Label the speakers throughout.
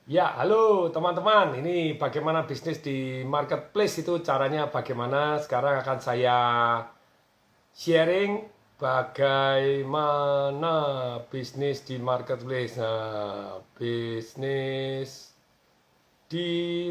Speaker 1: Ya, halo teman-teman. Ini bagaimana bisnis di marketplace itu caranya bagaimana? Sekarang akan saya sharing bagaimana bisnis di marketplace. Nah, bisnis di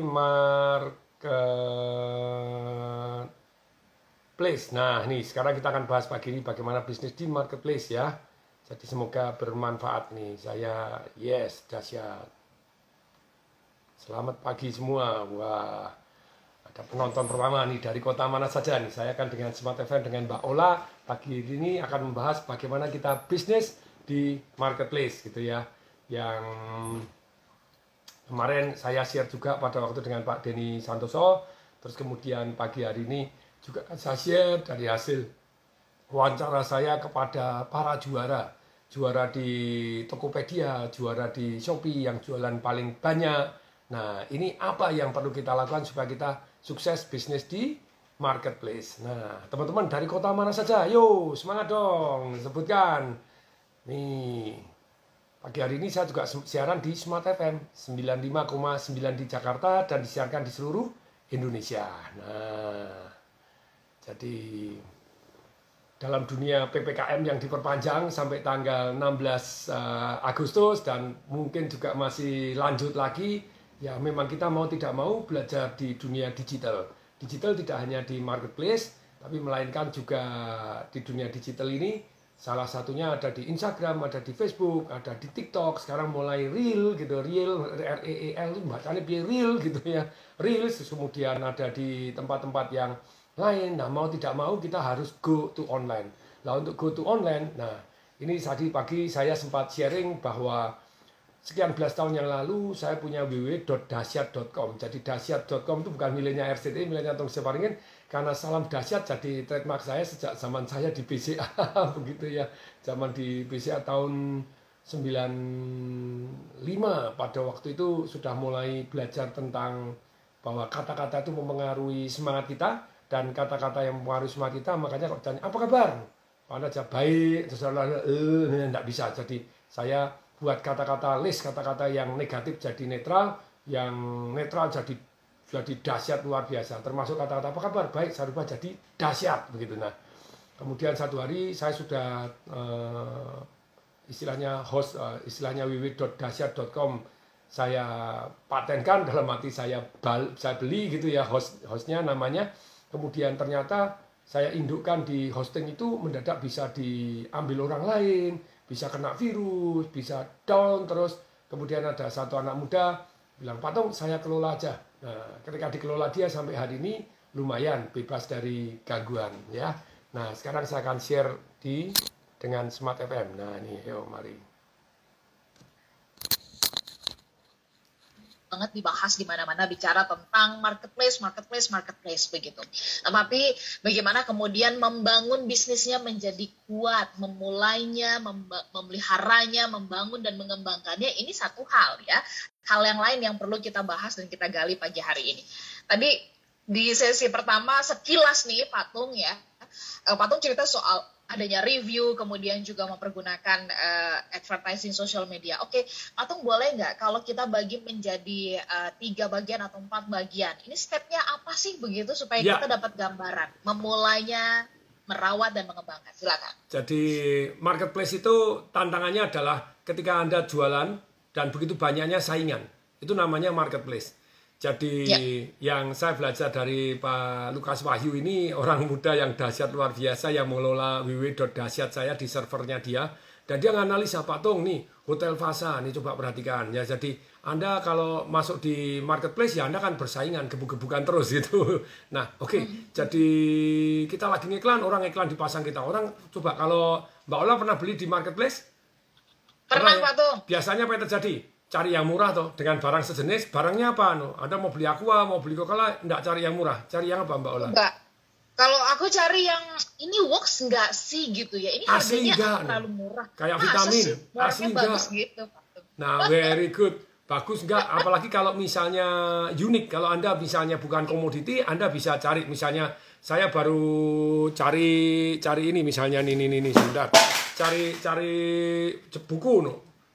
Speaker 1: marketplace. Nah, nih sekarang kita akan bahas pagi ini bagaimana bisnis di marketplace ya. Jadi semoga bermanfaat nih. Saya dahsyat. Selamat pagi semua. Wah, ada penonton pertama nih dari kota mana saja nih. Saya akan dengan Smart FM dengan Mbak Ola pagi ini akan membahas bagaimana kita bisnis di marketplace gitu ya. Yang kemarin saya share juga pada waktu dengan Pak Denny Santoso. Terus kemudian pagi hari ini juga akan saya share dari hasil wawancara saya kepada para juara. Juara di Tokopedia, juara di Shopee yang jualan paling banyak. Nah, ini apa yang perlu kita lakukan supaya kita sukses bisnis di marketplace. Nah, teman-teman dari kota mana saja? Yo, semangat dong, sebutkan. Nih, pagi hari ini saya juga siaran di Smart FM 95,9 di Jakarta dan disiarkan di seluruh Indonesia. Nah, jadi dalam dunia PPKM yang diperpanjang sampai tanggal 16 Agustus dan mungkin juga masih lanjut lagi, ya memang kita mau tidak mau belajar di dunia digital. Digital tidak hanya di marketplace, tapi melainkan juga di dunia digital ini salah satunya ada di Instagram, ada di Facebook, ada di TikTok, sekarang mulai Reel gitu, Reel, R-E-E-L itu bacanya Reel gitu ya, Reels, kemudian ada di tempat-tempat yang lain. Nah, mau tidak mau kita harus go to online. Nah, untuk go to online, nah ini tadi pagi saya sempat sharing bahwa sekian belas tahun yang lalu saya punya www.dahsyat.com. Jadi dahsyat.com itu bukan miliknya RCTI, miliknya Tong Separingin, karena salam dahsyat jadi trademark saya sejak zaman saya di BCA begitu ya. Zaman di BCA tahun 95, pada waktu itu sudah mulai belajar tentang bahwa kata-kata itu mempengaruhi semangat kita, dan kata-kata yang mempengaruhi semangat kita, makanya kalau ditanya apa kabar, pada aja baik, terus enggak bisa. Jadi saya buat kata-kata list, kata-kata yang negatif jadi netral, yang netral jadi dahsyat luar biasa. Termasuk kata-kata apa kabar, baik, saya rubah jadi dahsyat begitu. Nah, kemudian satu hari saya sudah istilahnya host, istilahnya www.dahsyat.com saya patenkan, dalam arti saya beli gitu ya hostnya namanya. Kemudian ternyata saya indukkan di hosting itu, mendadak bisa diambil orang lain, bisa kena virus, bisa down terus. Kemudian ada satu anak muda bilang, Pak Tong, saya kelola aja. Nah, ketika dikelola dia sampai hari ini lumayan bebas dari gangguan ya. Nah, sekarang saya akan share dengan Smart FM. Nah, ini yuk mari.
Speaker 2: Banget dibahas di mana-mana, bicara tentang marketplace begitu. Tapi bagaimana kemudian membangun bisnisnya menjadi kuat, memulainya, memeliharanya, membangun dan mengembangkannya, ini satu hal ya. Hal yang lain yang perlu kita bahas dan kita gali pagi hari ini. Tadi di sesi pertama sekilas nih Pak Tung ya, Pak Tung cerita soal adanya review, kemudian juga mempergunakan advertising social media. Oke, Patung boleh nggak kalau kita bagi menjadi 3 bagian atau 4 bagian? Ini stepnya apa sih begitu supaya kita dapat gambaran memulainya, merawat dan mengembangkan. Silakan.
Speaker 1: Jadi marketplace itu tantangannya adalah ketika Anda jualan dan begitu banyaknya saingan. Itu namanya marketplace. Jadi yang saya belajar dari Pak Lukas Wahyu ini, orang muda yang dahsyat luar biasa yang mengelola www.dahsyat saya di servernya dia, dan dia nganalisa, Pak Tung nih Hotel Fasa nih, coba perhatikan ya. Jadi Anda kalau masuk di marketplace ya Anda kan bersaingan, gebuk-gebukan terus gitu. Nah oke. Jadi kita lagi ngiklan, orang iklan dipasang kita. Orang coba, kalau Mbak Ola pernah beli di marketplace?
Speaker 2: Pernah Pak Tung.
Speaker 1: Biasanya apa yang terjadi? Cari yang murah toh, dengan barang sejenis. Barangnya apa? Anda mau beli Aqua, mau beli Coca-Cola, enggak cari yang murah. Cari yang apa Mbak Ola?
Speaker 2: Enggak. Kalau aku cari yang ini works enggak sih gitu ya. Ini
Speaker 1: asli
Speaker 2: harganya
Speaker 1: enggak,
Speaker 2: terlalu murah.
Speaker 1: Kayak vitamin.
Speaker 2: Asli enggak. Gitu,
Speaker 1: nah, very good. Bagus enggak? Apalagi kalau misalnya unik. Kalau Anda misalnya bukan komoditi, Anda bisa cari. Misalnya saya baru cari ini misalnya nih sebentar. Cari buku no.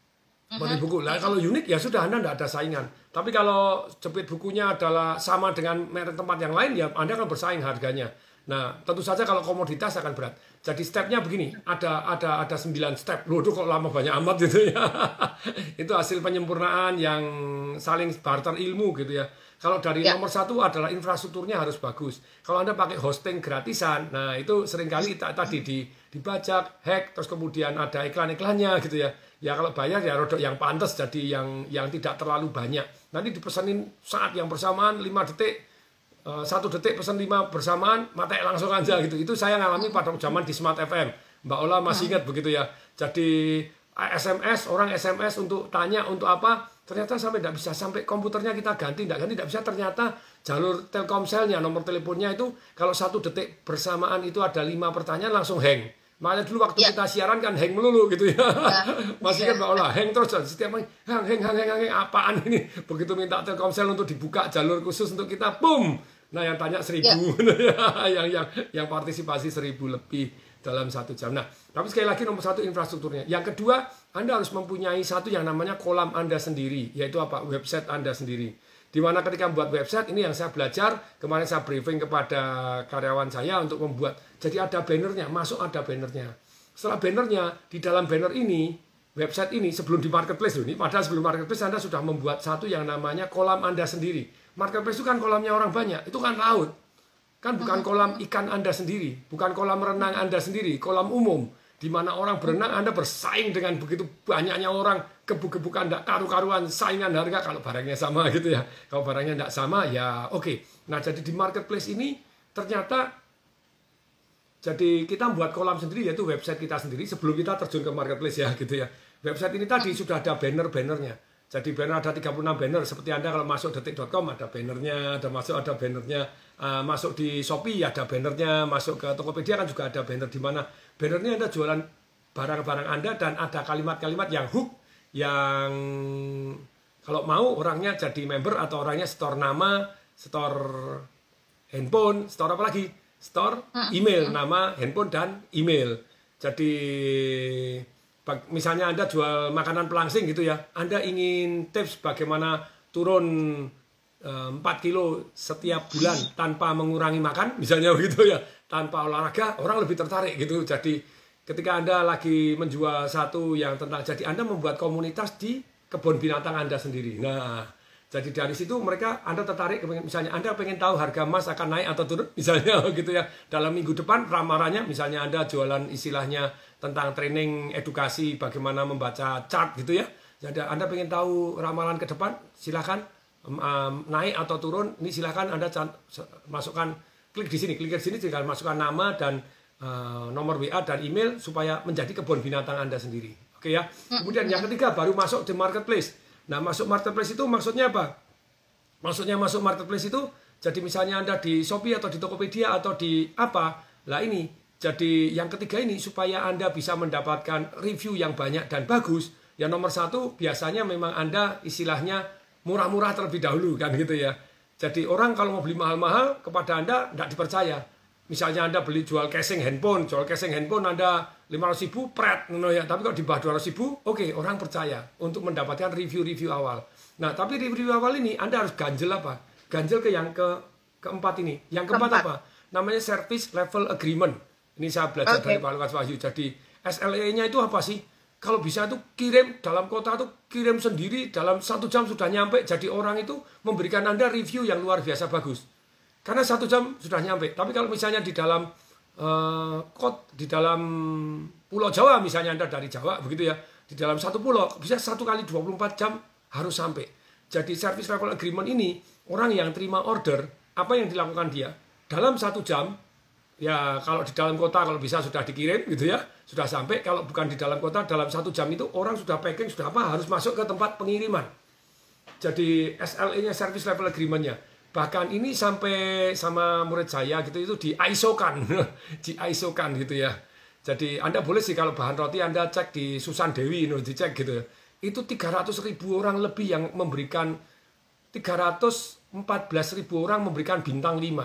Speaker 1: Beli buku. Nah, kalau unik ya sudah Anda tidak ada saingan. Tapi kalau jepit bukunya adalah sama dengan merek tempat yang lain, ya Anda akan bersaing harganya. Nah, tentu saja kalau komoditas akan berat. Jadi stepnya begini, ada 9 step. Loh, itu kok lama banyak amat gitu ya. Itu hasil penyempurnaan yang saling barter ilmu gitu ya. Kalau dari nomor 1 adalah infrastrukturnya harus bagus. Kalau Anda pakai hosting gratisan, nah itu seringkali tadi dibajak, hack, terus kemudian ada iklan-iklannya gitu ya. Ya kalau bayar ya rodok yang pantas, jadi yang tidak terlalu banyak. Nanti dipesanin saat yang bersamaan 5 detik, 1 detik pesan 5 bersamaan, matek langsung aja gitu. Itu saya ngalami pada zaman di Smart FM. Mbak Ola masih ingat begitu ya. Jadi orang SMS untuk tanya untuk apa, ternyata sampai tidak bisa, sampai komputernya kita ganti tidak bisa, ternyata jalur Telkomselnya, nomor teleponnya itu kalau 1 detik bersamaan itu ada 5 pertanyaan langsung hang. Makanya dulu waktu kita siaran kan hang melulu gitu ya. Masih kan Mbak Ola, hang terus setiap hang, apaan ini? Begitu minta Telkomsel untuk dibuka jalur khusus untuk kita, boom. Nah yang tanya 1000, yang partisipasi 1000 lebih dalam 1 jam. Nah, tapi sekali lagi nomor 1 infrastrukturnya. Yang kedua, Anda harus mempunyai satu yang namanya kolam Anda sendiri, yaitu apa? Website Anda sendiri. Dimana ketika membuat website, ini yang saya belajar, kemarin saya briefing kepada karyawan saya untuk membuat, jadi ada bannernya, masuk ada bannernya. Setelah bannernya, di dalam banner ini, website ini, sebelum di marketplace ini, padahal sebelum marketplace Anda sudah membuat satu yang namanya kolam Anda sendiri. Marketplace itu kan kolamnya orang banyak, itu kan laut. Kan bukan kolam ikan Anda sendiri, bukan kolam renang Anda sendiri, kolam umum. Di mana orang berenang, Anda bersaing dengan begitu banyaknya orang, gebuk-gebukan, tidak karu-karuan, saingan harga kalau barangnya sama gitu ya. Kalau barangnya tidak sama, ya oke. Nah, jadi di marketplace ini ternyata, jadi kita buat kolam sendiri, yaitu website kita sendiri, sebelum kita terjun ke marketplace ya gitu ya. Website ini tadi sudah ada banner-bannernya. Jadi banner ada 36 banner, seperti Anda kalau masuk detik.com ada bannernya, ada bannernya, masuk di Shopee ada bannernya, masuk ke Tokopedia kan juga ada banner, di mana bannernya Anda jualan barang-barang Anda dan ada kalimat-kalimat yang hook, yang kalau mau orangnya jadi member atau orangnya store nama, store handphone, store apa lagi? Store email, nama, handphone, dan email. Jadi misalnya Anda jual makanan pelangsing gitu ya, Anda ingin tips bagaimana turun 4 kilo setiap bulan tanpa mengurangi makan, misalnya begitu ya, tanpa olahraga, orang lebih tertarik gitu. Jadi ketika Anda lagi menjual satu yang tentang, jadi Anda membuat komunitas di kebun binatang Anda sendiri. Nah, jadi dari situ mereka, Anda tertarik, misalnya Anda pengen tahu harga emas akan naik atau turun, misalnya gitu ya, dalam minggu depan ramalannya, misalnya Anda jualan istilahnya tentang training edukasi bagaimana membaca chart gitu ya. Jadi Anda pengen tahu ramalan ke depan, silakan naik atau turun, ini silakan Anda masukkan, klik di sini, tinggal masukkan nama dan nomor WA dan email supaya menjadi kebun binatang Anda sendiri. Oke ya. Kemudian yang ketiga baru masuk di marketplace. Nah, masuk marketplace itu maksudnya apa? Maksudnya masuk marketplace itu, jadi misalnya Anda di Shopee atau di Tokopedia atau di apa, lah ini. Jadi yang ketiga ini supaya Anda bisa mendapatkan review yang banyak dan bagus. Yang nomor 1 biasanya memang Anda istilahnya murah-murah terlebih dahulu kan gitu ya. Jadi orang kalau mau beli mahal-mahal kepada Anda tidak dipercaya. Misalnya Anda jual casing handphone Anda 500.000 pret, ya. Tapi kalau di bawah 200.000, oke, orang percaya untuk mendapatkan review-review awal. Nah, tapi review awal ini Anda harus ganjel apa? Ganjel ke yang keempat ini. Yang keempat apa? Namanya Service Level Agreement. Ini saya belajar dari Pak Lukas Wahyu. Jadi SLA-nya itu apa sih? Kalau bisa itu kirim dalam kota itu kirim sendiri dalam 1 jam sudah nyampe. Jadi orang itu memberikan Anda review yang luar biasa bagus. Karena 1 jam sudah nyampe. Tapi kalau misalnya di dalam di dalam Pulau Jawa, misalnya Anda dari Jawa begitu ya, di dalam satu pulau bisa 1 kali 24 jam harus sampai. Jadi service level agreement ini, orang yang terima order, apa yang dilakukan dia dalam 1 jam, ya kalau di dalam kota kalau bisa sudah dikirim gitu ya, sudah sampai. Kalau bukan di dalam kota, dalam 1 jam itu orang sudah packing, sudah apa, harus masuk ke tempat pengiriman. Jadi SLA-nya, service level agreement-nya. Bahkan ini sampai sama murid saya gitu itu di ISO-kan, di ISO-kan gitu ya. Jadi Anda boleh sih kalau bahan roti Anda cek di Susan Dewi, dicek gitu. Itu 300.000 orang lebih yang memberikan, 314.000 orang memberikan bintang 5.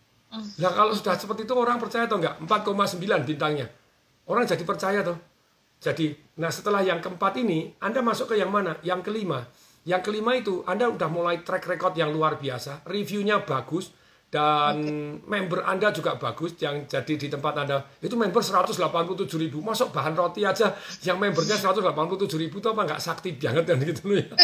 Speaker 1: Nah kalau sudah seperti itu orang percaya atau enggak? 4,9 bintangnya. Orang jadi percaya tuh. Jadi, nah setelah yang keempat ini, Anda masuk ke yang mana? Yang kelima. Yang kelima itu, Anda udah mulai track record yang luar biasa, reviewnya bagus, dan member Anda juga bagus, yang jadi di tempat Anda, itu member 187.000, masuk bahan roti aja, yang membernya 187.000 itu apa nggak sakti banget kan gitu loh ya.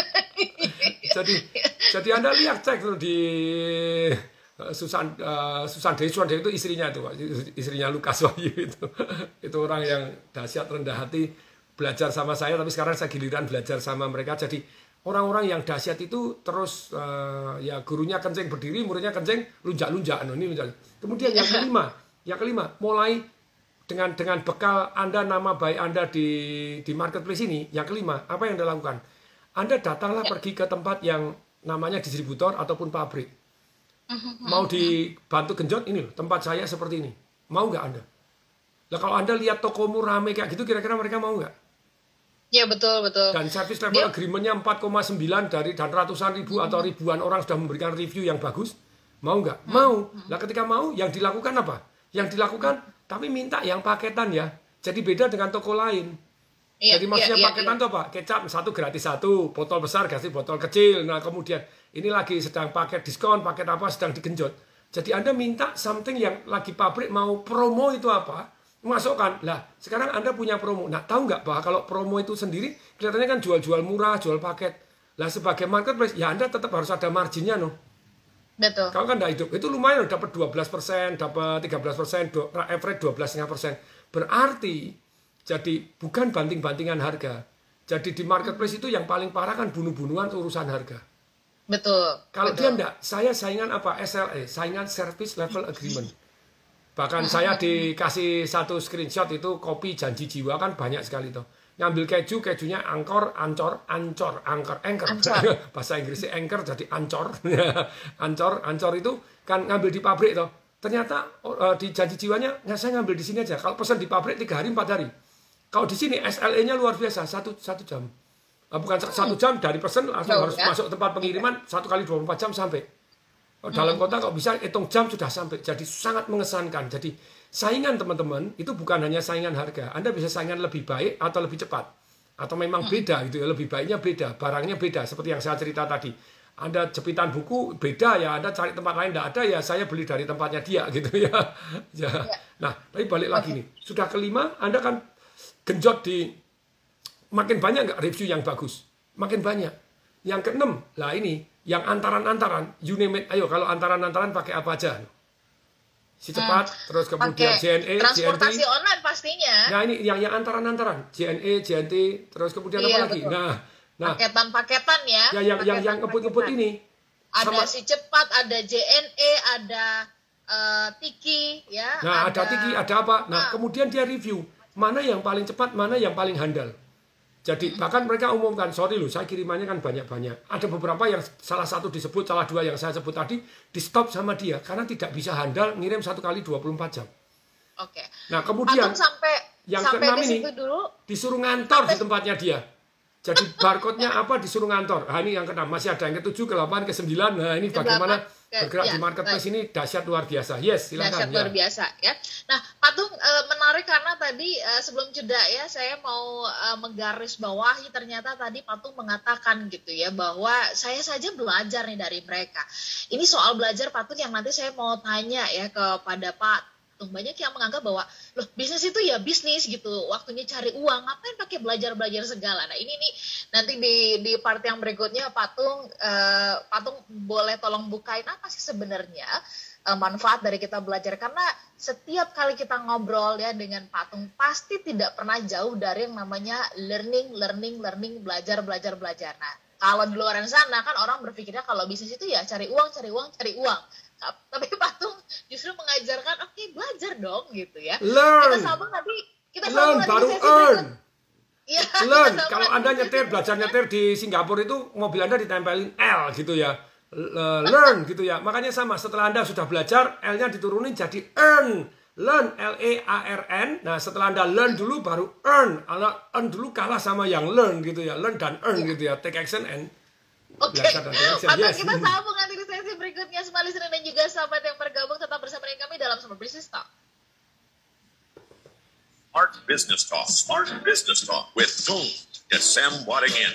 Speaker 1: Jadi Anda lihat cek tuh di Susan Desuan itu istrinya itu, istrinya Lukas Wahyu itu orang yang dahsyat rendah hati, belajar sama saya, tapi sekarang saya giliran belajar sama mereka. Jadi orang-orang yang dahsyat itu terus ya gurunya kencing berdiri, muridnya kencing lunjak-lunjak, ini lunjak. Kemudian yang kelima mulai dengan bekal Anda, nama baik Anda di marketplace ini, yang kelima apa yang Anda lakukan? Anda datanglah pergi ke tempat yang namanya distributor ataupun pabrik. Mau dibantu genjot, ini loh tempat saya seperti ini. Mau nggak Anda? Nah kalau Anda lihat tokomu rame kayak gitu, kira-kira mereka mau nggak?
Speaker 2: Ya betul.
Speaker 1: Dan service level agreement-nya 4,9 dan ratusan ribu atau ribuan orang sudah memberikan review yang bagus. Mau nggak? Mau. Nah ketika mau, yang dilakukan apa? Yang dilakukan, tapi minta yang paketan ya. Jadi beda dengan toko lain. Jadi maksudnya paketan itu apa? Kecap 1 gratis 1, botol besar kasih botol kecil. Nah kemudian ini lagi sedang paket diskon, paket apa sedang digenjot. Jadi Anda minta something yang lagi pabrik mau promo itu apa? Masukkan. Lah sekarang Anda punya promo. Nah tahu nggak bahwa kalau promo itu sendiri kelihatannya kan jual-jual murah, jual paket. Lah sebagai marketplace ya Anda tetap harus ada marginnya no.
Speaker 2: Betul.
Speaker 1: Kalau kan nggak hidup, itu lumayan dapat 12%, dapat 13%, average 12,5%. Berarti jadi bukan banting-bantingan harga. Jadi di marketplace itu yang paling parah kan bunuh-bunuhan urusan harga.
Speaker 2: Betul.
Speaker 1: Kalau dia enggak, saya saingan apa? SLA, saingan Service Level Agreement. Bahkan saya dikasih satu screenshot itu kopi janji jiwa kan banyak sekali tuh. Ngambil kejunya angkor. Bahasa Inggrisnya anchor jadi ancor. ancor itu kan ngambil di pabrik tuh. Ternyata di janji jiwanya, saya ngambil di sini aja. Kalau pesan di pabrik 3 hari 4 hari. Kalau di sini SLA-nya luar biasa, 1 jam. Bukan 1 jam dari pesan langsung harus masuk tempat pengiriman 1 kali 24 jam sampai. Dalam kota kalau bisa hitung jam sudah sampai. Jadi sangat mengesankan. Jadi saingan teman-teman itu bukan hanya saingan harga. Anda bisa saingan lebih baik atau lebih cepat. Atau memang beda gitu ya. Lebih baiknya beda, barangnya beda. Seperti yang saya cerita tadi. Anda jepitan buku beda ya, Anda cari tempat lain tidak ada ya, saya beli dari tempatnya dia gitu ya. Nah, tapi balik lagi nih. Sudah kelima, Anda kan genjot di makin banyak nggak review yang bagus? Makin banyak. Yang keenam, lah ini yang antaran-antaran, you name it. Ayo kalau antaran-antaran pakai apa aja? Si cepat, terus kemudian JNE,
Speaker 2: transportasi
Speaker 1: JNT.
Speaker 2: online pastinya.
Speaker 1: Nah ini yang antaran-antaran, JNE, JNT, terus kemudian apa lagi?
Speaker 2: Betul.
Speaker 1: Nah,
Speaker 2: paketan ya.
Speaker 1: Ya yang ngebut-ngebut ini.
Speaker 2: Ada si cepat, ada JNE, ada Tiki ya.
Speaker 1: Nah, ada Tiki, ada apa? Nah, kemudian dia review mana yang paling cepat, mana yang paling handal. Jadi bahkan mereka umumkan, sorry loh, saya kirimannya kan banyak-banyak. Ada beberapa yang salah satu disebut, salah dua yang saya sebut tadi, di stop sama dia. Karena tidak bisa handal ngirim 1 kali 24 jam.
Speaker 2: Oke.
Speaker 1: Nah kemudian yang keenam ini disuruh ngantor di tempatnya dia. Jadi barcode-nya apa disuruh ngantor. Nah ini yang keenam, masih ada yang ke-7, ke-8, ke-9. Nah ini bagaimana bergerak di marketplace ini dahsyat luar biasa. Yes, silakan.
Speaker 2: Dahsyat luar biasa ya. Nah, Patung menarik karena tadi sebelum jeda ya saya mau menggaris bawahi ternyata tadi Patung mengatakan gitu ya bahwa saya saja belajar nih dari mereka. Ini soal belajar Patung yang nanti saya mau tanya ya kepada Pak. Banyak yang menganggap bahwa loh bisnis itu ya bisnis gitu, waktunya cari uang, ngapain pakai belajar segala. Nah ini nih nanti di part yang berikutnya Patung boleh tolong bukain apa sih sebenarnya manfaat dari kita belajar, karena setiap kali kita ngobrol ya dengan Patung pasti tidak pernah jauh dari yang namanya learning, belajar. Nah kalau di luar sana kan orang berpikirnya kalau bisnis itu ya cari uang. Tapi Patung justru mengajarkan oke, belajar dong gitu ya.
Speaker 1: Learn.
Speaker 2: Kita
Speaker 1: learn
Speaker 2: sambung
Speaker 1: baru
Speaker 2: lagi
Speaker 1: earn.
Speaker 2: Ya,
Speaker 1: learn. Kalau Anda belajar nyetir di Singapura itu mobil Anda ditempelin L gitu ya. Learn gitu ya. Makanya sama, setelah Anda sudah belajar, L-nya diturunin jadi earn. Learn, L-E-A-R-N. Nah setelah Anda learn dulu baru earn. Earn dulu kalah sama yang learn gitu ya. Learn dan earn gitu ya. Take action and
Speaker 2: Oke, Patung kita sambung nanti di sesi berikutnya. Semua listener dan juga sahabat yang bergabung tetap bersama dengan kami dalam Sumber Business Talk.
Speaker 3: Smart Business Talk. Smart Business Talk with Tung Desem Waddingin.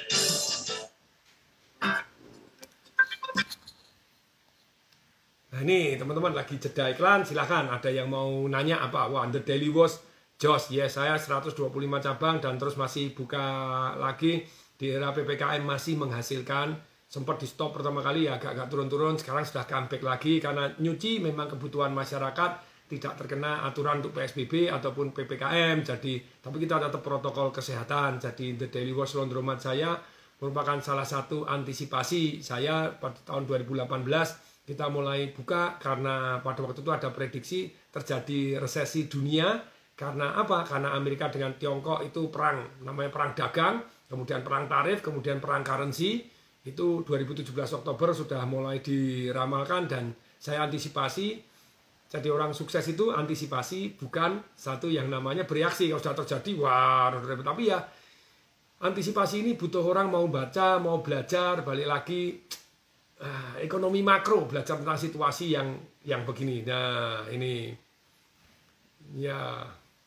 Speaker 1: Nah ini teman-teman lagi jeda iklan, silakan ada yang mau nanya apa? Wah, The Daily Was Jos, yes, saya 125 cabang dan terus masih buka lagi di era PPKM masih menghasilkan. Sempat di stop pertama kali ya agak turun-turun, sekarang sudah comeback lagi karena nyuci memang kebutuhan masyarakat, tidak terkena aturan untuk PSBB ataupun PPKM. Jadi, tapi kita tetap protokol kesehatan. Jadi The Daily Was Laundromat saya merupakan salah satu antisipasi saya pada tahun 2018. Kita mulai buka karena pada waktu itu ada prediksi terjadi resesi dunia. Karena apa? Karena Amerika dengan Tiongkok itu perang, namanya perang dagang, kemudian perang tarif, kemudian perang currency. Itu 2017 Oktober sudah mulai diramalkan dan saya antisipasi. Jadi orang sukses itu antisipasi, bukan satu yang namanya bereaksi. Kalau sudah terjadi, wah, tapi ya antisipasi ini butuh orang mau baca, mau belajar, balik lagi. Ekonomi makro, belajar tentang situasi yang begini. Nah ini ya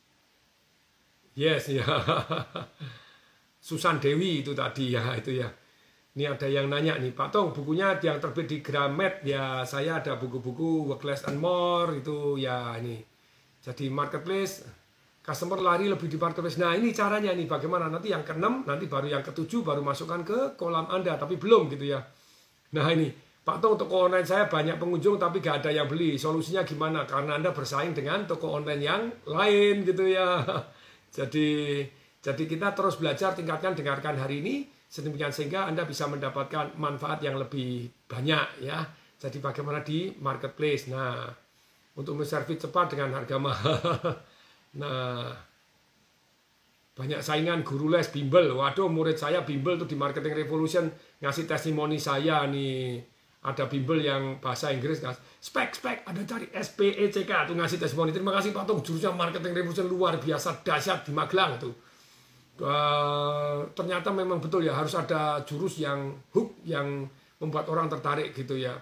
Speaker 1: yes ya Susan Dewi itu tadi ya itu ya. Ini ada yang nanya nih, Pak Tong, bukunya yang terbit di Gramet ya. Saya ada buku-buku Work Less and More itu ya ini. Jadi marketplace, customer lari lebih di marketplace. Nah ini caranya nih, bagaimana nanti yang ke-6, nanti baru yang ke-7 baru masukkan ke kolam Anda, tapi belum gitu ya. Nah ini, Pak Tong, toko online saya banyak pengunjung tapi gak ada yang beli. Solusinya gimana? Karena Anda bersaing dengan toko online yang lain gitu ya. Jadi kita terus belajar, tingkatkan, dengarkan hari ini. Sedemikian sehingga Anda bisa mendapatkan manfaat yang lebih banyak ya. Jadi bagaimana di marketplace. Nah, untuk menservis cepat dengan harga mahal. Nah, banyak saingan guru les bimbel. Waduh, murid saya bimbel tuh di Marketing Revolution ngasih testimoni saya nih. Ada bimbel yang bahasa Inggris, spek ada cari SPECK tuh ngasih testimoni. Terima kasih Pak Tong, jurusnya Marketing Revolution luar biasa dahsyat di Magelang tuh. Ternyata memang betul ya, harus ada jurus yang hook yang membuat orang tertarik gitu ya.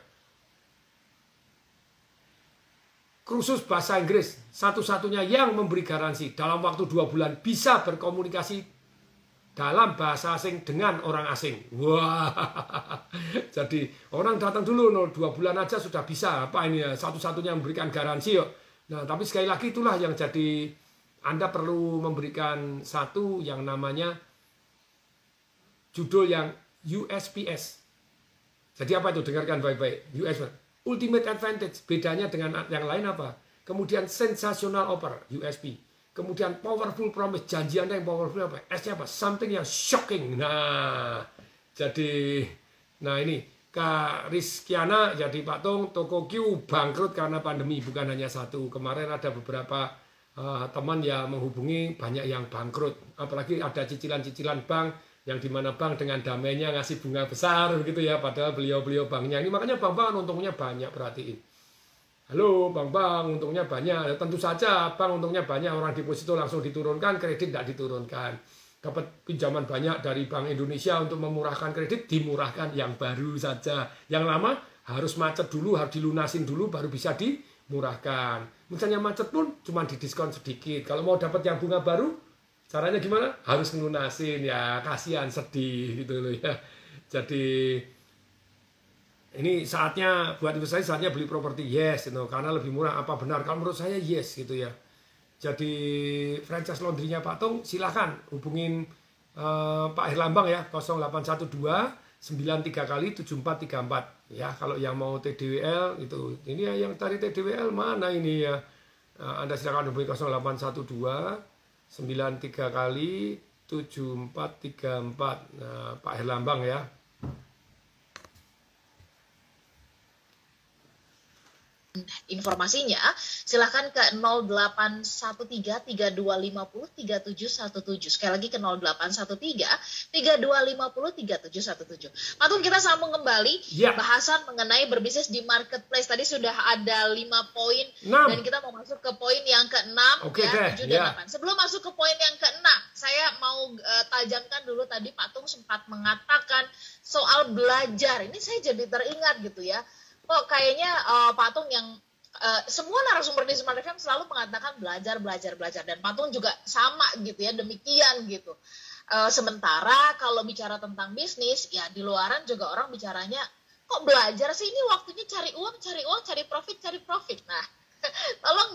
Speaker 1: Kursus bahasa Inggris satu-satunya yang memberi garansi dalam waktu 2 bulan bisa berkomunikasi dalam bahasa asing dengan orang asing. Wah, jadi orang datang dulu 2 bulan aja sudah bisa. Apa ini ya, satu-satunya memberikan garansi yuk. Nah, tapi sekali lagi itulah yang jadi Anda perlu memberikan satu yang namanya judul yang USPS. Jadi apa itu? Dengarkan baik-baik. USPS. Ultimate Advantage, bedanya dengan yang lain apa? Kemudian Sensational Offer, USP. Kemudian Powerful Promise, janji Anda yang powerful apa? S-nya apa? Something yang shocking. Nah, jadi, nah ini, Kak Rizkyana, jadi Pak Tong, toko Q bangkrut karena pandemi, bukan hanya satu. Kemarin ada beberapa teman yang menghubungi, banyak yang bangkrut. Apalagi ada cicilan-cicilan bank, yang dimana bank dengan damainya ngasih bunga besar gitu ya, padahal beliau banknya ini, makanya bank untungnya banyak, perhatiin. Halo bank untungnya banyak, tentu saja bank untungnya banyak, orang deposito langsung diturunkan, kredit tidak diturunkan. Dapat pinjaman banyak dari Bank Indonesia untuk memurahkan kredit, dimurahkan yang baru saja. Yang lama harus macet dulu, harus dilunasin dulu baru bisa dimurahkan. Misalnya macet pun cuma didiskon sedikit. Kalau mau dapat yang bunga baru, caranya gimana? Harus ngelunasin ya, kasihan, sedih gitu loh ya. Jadi ini saatnya buat ibu saya, saatnya beli properti, yes, karena lebih murah. Apa benar? Kalau menurut saya yes gitu ya. Jadi franchise laundry-nya Pak Tong silahkan hubungin Pak Herlambang ya, 0812 93 kali 7434 ya. Kalau yang mau TDWL itu, ini ya yang cari TDWL mana ini ya. Anda silakan hubungi 0812 93 kali 7434. Nah, Pak Herlambang ya.
Speaker 2: Informasinya silahkan ke 0813-3250-3717. Sekali lagi ke 0813-3250-3717. Patung, kita sambung kembali bahasan mengenai berbisnis di marketplace. Tadi sudah ada 5 poin 6. Dan kita mau masuk ke poin yang ke-6 ya, 7 dan 8. Sebelum masuk ke poin yang ke-6, saya mau tajamkan dulu, tadi Patung sempat mengatakan soal belajar. Ini saya jadi teringat gitu ya. Kok kayaknya Pak Tung yang semua narasumber di Smart FM selalu mengatakan belajar, dan Patung juga sama gitu ya, demikian gitu. Sementara kalau bicara tentang bisnis, ya di luaran juga orang bicaranya, kok belajar sih, ini waktunya cari uang, cari profit. Nah, tolong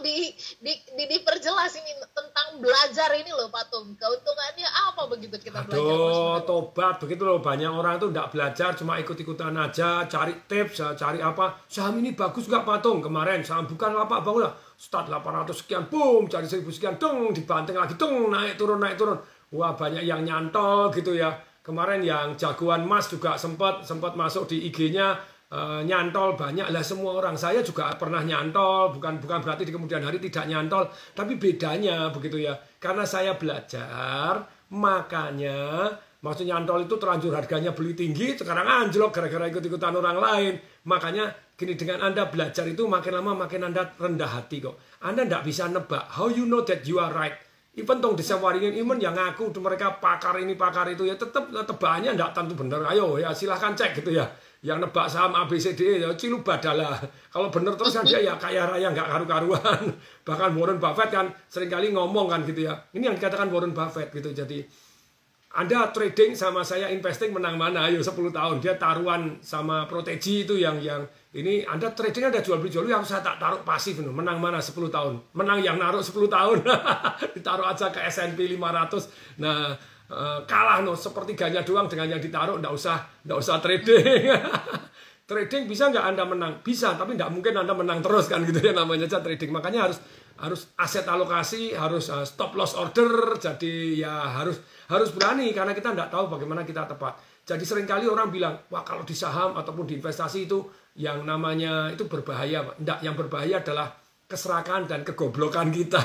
Speaker 2: diperjelas ini tentang belajar ini loh Patung. Keuntungannya apa begitu kita belajar
Speaker 1: Aduh, tobat begitu loh. Banyak orang tuh enggak belajar, cuma ikut-ikutan aja, cari tips, cari apa. Saham ini bagus nggak Patung? Kemarin saham bukan apa bagus lah. Start 800 sekian, boom, cari 1000 sekian, dong, dibanting lagi, dong, naik turun. Wah, banyak yang nyantol gitu ya. Kemarin yang jagoan Mas juga sempat masuk di IG-nya, nyantol banyak lah semua orang. Saya juga pernah nyantol, bukan berarti di kemudian hari tidak nyantol, tapi bedanya begitu ya. Karena saya belajar, makanya maksudnya nyantol itu terlanjur harganya beli tinggi, sekarang anjlok gara-gara ikut-ikutan orang lain. Makanya gini, dengan Anda belajar itu makin lama makin Anda rendah hati kok. Anda tidak bisa nebak. How you know that you are right? Even tong desa waringin, even yang ngaku mereka pakar ini pakar itu ya tetap tebakannya tidak tentu benar. Ayo ya silahkan cek gitu ya. Yang nebak saham ABCD ya cilu badalah. Kalau benar terus kan dia ya kaya raya nggak karu-karuan. Bahkan Warren Buffett kan seringkali ngomong kan gitu ya. Ini yang dikatakan Warren Buffett gitu. Jadi Anda trading sama saya investing menang mana? Ayo 10 tahun dia taruhan sama Protegi itu yang ini Anda trading ada jual beli yang saya tak taruh pasif, menang mana 10 tahun, menang yang naruh 10 tahun, ditaruh aja ke S&P 500, nah kalah sepertiganya doang dengan yang ditaruh, nggak usah trading. Trading bisa nggak Anda menang? Bisa, tapi nggak mungkin Anda menang terus kan gitu ya, namanya aja trading. Makanya harus aset alokasi, harus stop loss order, jadi ya harus berani karena kita nggak tahu bagaimana kita tepat. Jadi seringkali orang bilang, wah kalau di saham ataupun di investasi itu yang namanya itu berbahaya. Enggak, yang berbahaya adalah keserakahan dan kegoblokan kita.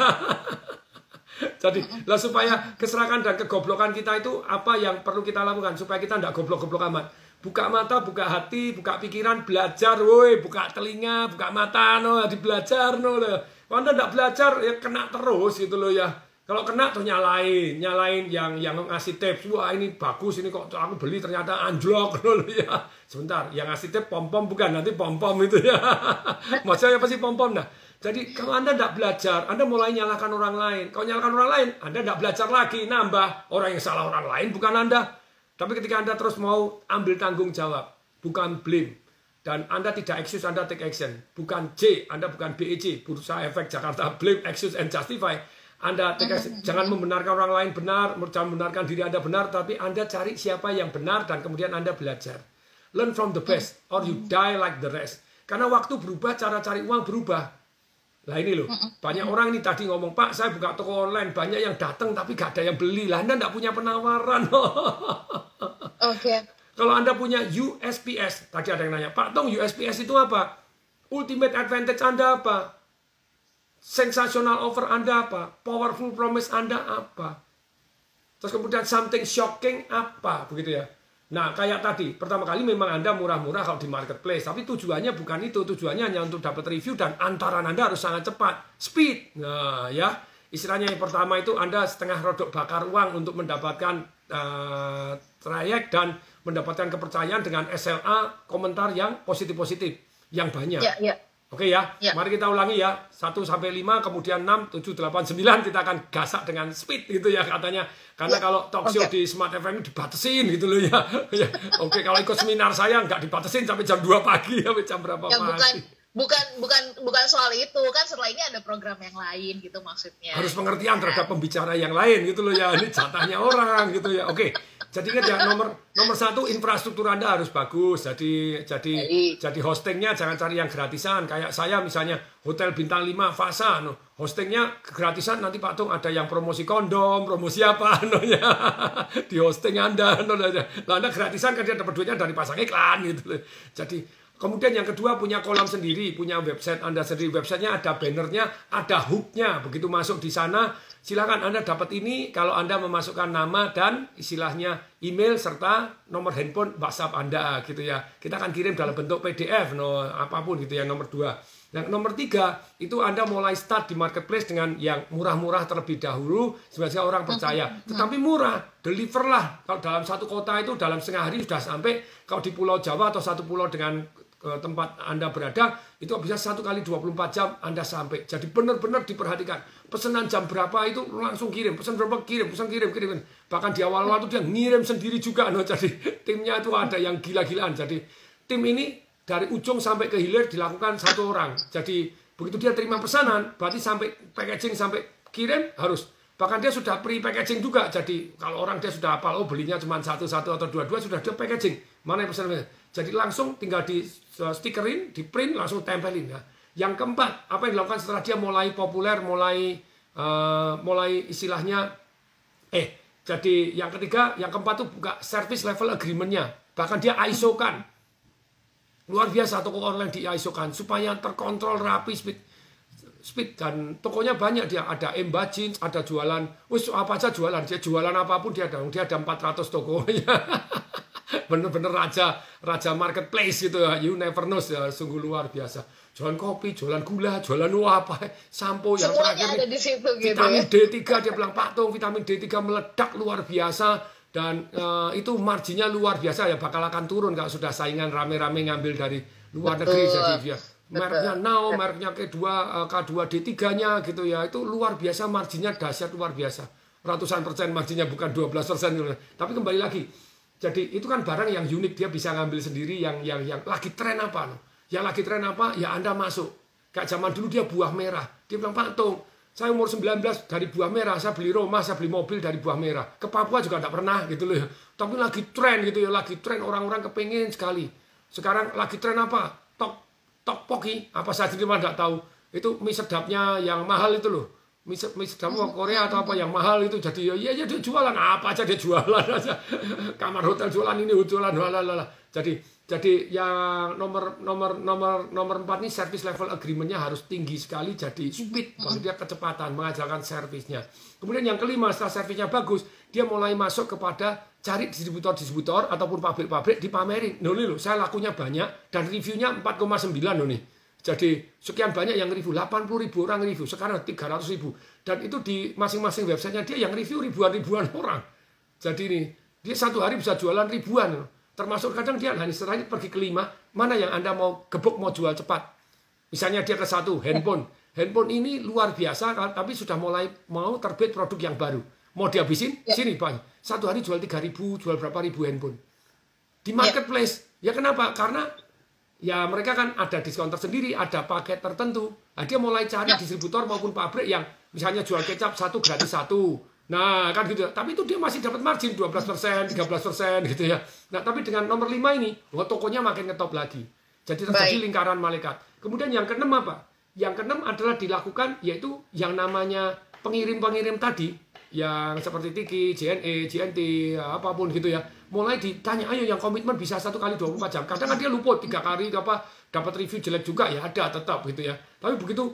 Speaker 1: Jadi lah supaya keserakahan dan kegoblokan kita itu apa yang perlu kita lakukan supaya kita enggak goblok-goblok amat. Buka mata, buka hati, buka pikiran, belajar, woi, buka telinga, buka mata, dibelajar, Kalau Anda enggak belajar ya kena terus gitu loh ya. Kalau kena tuh nyalain yang ngasih tips. Wah ini bagus, ini kok aku beli ternyata anjlok loh ya. Sebentar, yang ngasih tips pom-pom bukan, nanti pom-pom itu ya. Maksudnya apa sih pom-pom? Nah, jadi kalau Anda tidak belajar, Anda mulai nyalahkan orang lain. Kalau nyalahkan orang lain, Anda tidak belajar lagi, nambah. Orang yang salah orang lain bukan Anda. Tapi ketika Anda terus mau ambil tanggung jawab, bukan blame. Dan Anda tidak excuse, Anda take action. Bukan J, Anda bukan BEJ, Bursa Efek Jakarta, blame, excuse, and justify. Anda jangan membenarkan orang lain benar, jangan membenarkan diri Anda benar, tapi Anda cari siapa yang benar dan kemudian Anda belajar. Learn from the best, or you die like the rest. Karena waktu berubah, cara cari uang berubah. Lah ini loh, banyak orang ini tadi ngomong, Pak saya buka toko online, banyak yang datang tapi gak ada yang beli. Lah Anda gak punya penawaran.
Speaker 2: Oke.
Speaker 1: Kalau Anda punya USPS, tadi ada yang nanya, Pak Tong USPS itu apa? Ultimate advantage Anda apa? Sensational offer Anda apa? Powerful promise Anda apa? Terus kemudian something shocking apa? Begitu ya. Nah, kayak tadi, pertama kali memang Anda murah-murah kalau di marketplace, tapi tujuannya bukan itu. Tujuannya hanya untuk dapat review dan antaran Anda harus sangat cepat. Speed. Nah, ya. Istilahnya yang pertama itu Anda setengah rodok bakar uang untuk mendapatkan trayek dan mendapatkan kepercayaan dengan SLA komentar yang positif-positif, yang banyak.
Speaker 2: Ya.
Speaker 1: Oke ya, mari kita ulangi ya. 1 sampai 5, kemudian 6, 7, 8, 9. Kita akan gasak dengan speed gitu ya katanya. Karena kalau talk show di Smart FM dibatasin gitu loh ya. Oke, kalau ikut seminar saya nggak dibatasin sampai jam 2 pagi, sampai jam berapa pagi.
Speaker 2: Bukan soal itu kan, setelah ini ada program yang lain gitu maksudnya.
Speaker 1: Harus pengertian terhadap pembicara yang lain gitu loh ya. Ini jatahnya orang gitu ya. Oke. Jadi ingat ya, nomor 1 infrastruktur Anda harus bagus. Jadi hostingnya jangan cari yang gratisan. Kayak saya misalnya hotel bintang 5 Fasa, hostingnya gratisan, nanti Pak Tung ada yang promosi kondom, promosi apa di hosting Anda. Nah, Anda gratisan kan dia dapat duitnya dari pasang iklan gitu loh. Jadi kemudian yang kedua punya kolam sendiri, punya website Anda sendiri. Websitenya ada bannernya, ada hooknya. Begitu masuk di sana, silakan Anda dapat ini kalau Anda memasukkan nama dan istilahnya email serta nomor handphone WhatsApp Anda gitu ya. Kita akan kirim dalam bentuk PDF, apapun gitu ya, nomor 2. Yang nomor 3 itu Anda mulai start di marketplace dengan yang murah-murah terlebih dahulu supaya orang percaya. Tetapi murah, deliver lah. Kalau dalam satu kota itu dalam setengah hari sudah sampai. Kalau di Pulau Jawa atau satu pulau dengan ke tempat Anda berada, itu bisa 1 kali 24 jam Anda sampai. Jadi benar-benar diperhatikan. Pesanan jam berapa itu langsung kirim, pesan berapa kirim, pesan kirim. Bahkan di awal-awal itu dia ngirim sendiri juga. Jadi timnya itu ada yang gila-gilaan. Jadi tim ini dari ujung sampai ke hilir dilakukan 1 orang. Jadi begitu dia terima pesanan, berarti sampai packaging sampai kirim harus. Bahkan dia sudah pre-packaging juga. Jadi kalau orang dia sudah hafal, oh belinya cuma 1 atau 2 sudah dia packaging. Mana yang pesanannya? Jadi langsung tinggal di stikerin, di print, langsung tempelin ya. Yang keempat, apa yang dilakukan setelah dia mulai populer, mulai istilahnya, jadi yang ketiga, yang keempat tuh buka service level agreement-nya. Bahkan dia ISO-kan. Luar biasa toko online di ISO-kan supaya terkontrol rapi, speed dan tokonya banyak, dia ada Emba Jeans, ada jualan, apa aja jualan, dia jualan apapun dia ada 400 toko. Bener-bener raja marketplace gitu ya, you never know ya, sungguh luar biasa. Jualan kopi, jualan gula, jualan apa, sampo yang terakhir
Speaker 2: ada di situ gitu
Speaker 1: vitamin
Speaker 2: ya.
Speaker 1: D3 dia bilang Pak Tung, vitamin D3 meledak luar biasa dan itu marginnya luar biasa ya, bakal akan turun kalau sudah saingan rame-rame ngambil dari luar negeri. Jadi dia mereknya Now, mereknya K2 D3-nya gitu ya, itu luar biasa marginnya, dahsyat luar biasa. Ratusan persen marginnya, bukan 12%. Tapi kembali lagi, jadi itu kan barang yang unik, dia bisa ngambil sendiri yang lagi tren apa loh. Yang lagi tren apa, ya Anda masuk. Kayak zaman dulu dia buah merah. Dia bilang, Pak Tung, saya umur 19 dari buah merah, saya beli rumah, saya beli mobil dari buah merah. Ke Papua juga enggak pernah gitu loh. Tapi lagi tren gitu ya, lagi tren, orang-orang kepengen sekali. Sekarang lagi tren apa? Tteokbokki, apa saya sendiri mah enggak tahu. Itu mie sedapnya yang mahal itu loh. Mie sedap Korea atau apa yang mahal itu, jadi ya dia jualan apa aja, dia jualan aja. Kamar hotel jualan ini, jualan lalala. Jadi yang nomor 4 nih service level agreement-nya harus tinggi sekali, jadi speed, maksudnya kecepatan mengajarkan servisnya. Kemudian yang kelima, setelah servisnya bagus, dia mulai masuk kepada cari distributor ataupun pabrik-pabrik, dipamerin. Loh, saya lakunya banyak dan reviewnya 4,9 loh nih. Jadi sekian banyak yang review, 80.000 orang review, sekarang 300.000. Dan itu di masing-masing websitenya dia yang review ribuan orang. Jadi ini, dia satu hari bisa jualan ribuan. Termasuk kadang dia, setelah ini pergi ke 5, mana yang Anda mau gebuk, mau jual cepat. Misalnya dia ke 1, handphone. Handphone ini luar biasa, tapi sudah mulai mau terbit produk yang baru. Mau dihabisin, sini Pak. Satu hari jual 3.000, jual berapa ribu handphone. Di marketplace, ya kenapa? Karena ya mereka kan ada diskon tersendiri, ada paket tertentu. Nah, dia mulai cari distributor maupun pabrik yang misalnya jual kecap 1 gratis 1. Nah, kan gitu. Tapi itu dia masih dapat margin 12%, 13% gitu ya. Nah, tapi dengan nomor 5 ini, tokonya makin ngetop lagi. Jadi terjadi lingkaran malaikat. Kemudian yang keenam apa? Yang keenam adalah dilakukan yaitu yang namanya pengirim-pengirim tadi, yang seperti Tiki, JNE, JNT, apapun gitu ya. Mulai ditanya, ayo yang komitmen bisa 1 kali 24 jam. Kadang kan dia luput 3 kali dapat review jelek juga ya, ada tetap gitu ya. Tapi begitu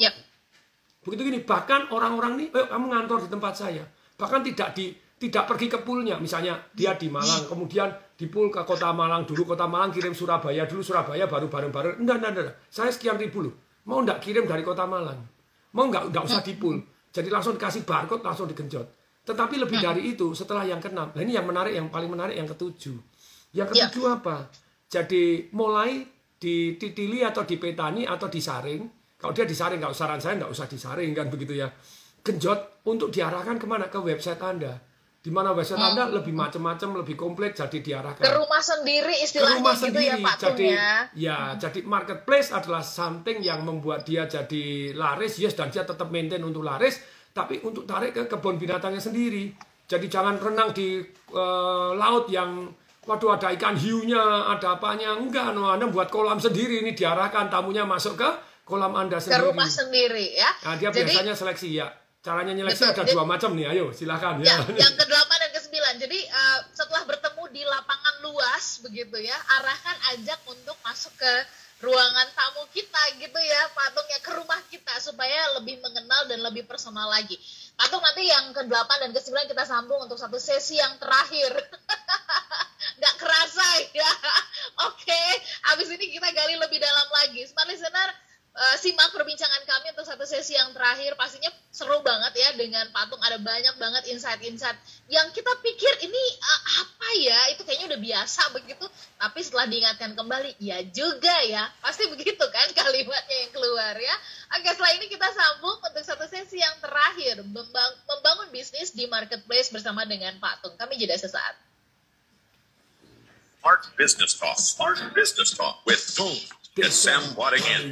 Speaker 1: gini, bahkan orang-orang nih, kamu ngantor di tempat saya. Bahkan tidak pergi ke poolnya. Misalnya dia di Malang, kemudian di pool ke Kota Malang dulu, Kota Malang kirim Surabaya dulu, Surabaya baru bareng-bareng. Enggak. Saya sekian ribu loh. Mau enggak kirim dari Kota Malang? Mau enggak usah di pool. Jadi langsung dikasih barcode, langsung digenjot. Tetapi lebih dari itu, setelah yang ke-6, nah ini yang menarik, yang paling menarik yang ke-7. Yang ke-7 apa? Jadi mulai dititili atau dipetani atau disaring. Kalau dia disaring, kalau saran saya nggak usah disaring kan begitu ya. Genjot untuk diarahkan kemana? Ke website Anda. Di mana website Anda lebih macam-macam, lebih komplit, jadi diarahkan.
Speaker 2: Ke rumah sendiri istilahnya
Speaker 1: rumah
Speaker 2: gitu
Speaker 1: sendiri.
Speaker 2: Ya Pak Tung
Speaker 1: ya. Jadi marketplace adalah something yang membuat dia jadi laris, dan dia tetap maintain untuk laris, tapi untuk tarik ke kebun binatangnya sendiri. Jadi jangan renang di laut yang waduh ada ikan hiunya, ada apanya. Enggak, Anda buat kolam sendiri, ini diarahkan tamunya masuk ke kolam Anda sendiri.
Speaker 2: Ke rumah sendiri ya.
Speaker 1: Nah, dia biasanya seleksi ya. Caranya nyeleksi ada 2 macam nih, ayo silakan ya.
Speaker 2: Yang ke-8 dan ke-9. Jadi setelah bertemu di lapangan luas begitu ya, arahkan ajak untuk masuk ke ruangan tamu kita gitu ya, Pak Tung ya, ke rumah kita supaya lebih mengenal dan lebih personal lagi. Pak Tung, nanti yang ke-8 dan ke-9 kita sambung untuk satu sesi yang terakhir. Nggak kerasa ya. Oke, habis ini kita gali lebih dalam lagi. Smart Listener, simak perbincangan kami untuk satu sesi yang terakhir. Pastinya seru banget ya dengan Pak Tung, ada banyak banget insight-insight yang kita pikir ini apa ya, itu kayaknya udah biasa begitu, tapi setelah diingatkan kembali, ya juga ya, pasti begitu kan kalimatnya yang keluar ya. Oke, setelah ini kita sambung untuk satu sesi yang terakhir, membangun bisnis di marketplace bersama dengan Pak Tung. Kami jeda sesaat.
Speaker 3: Smart Business Talk. Smart Business Talk with Tung and Sam Waddington.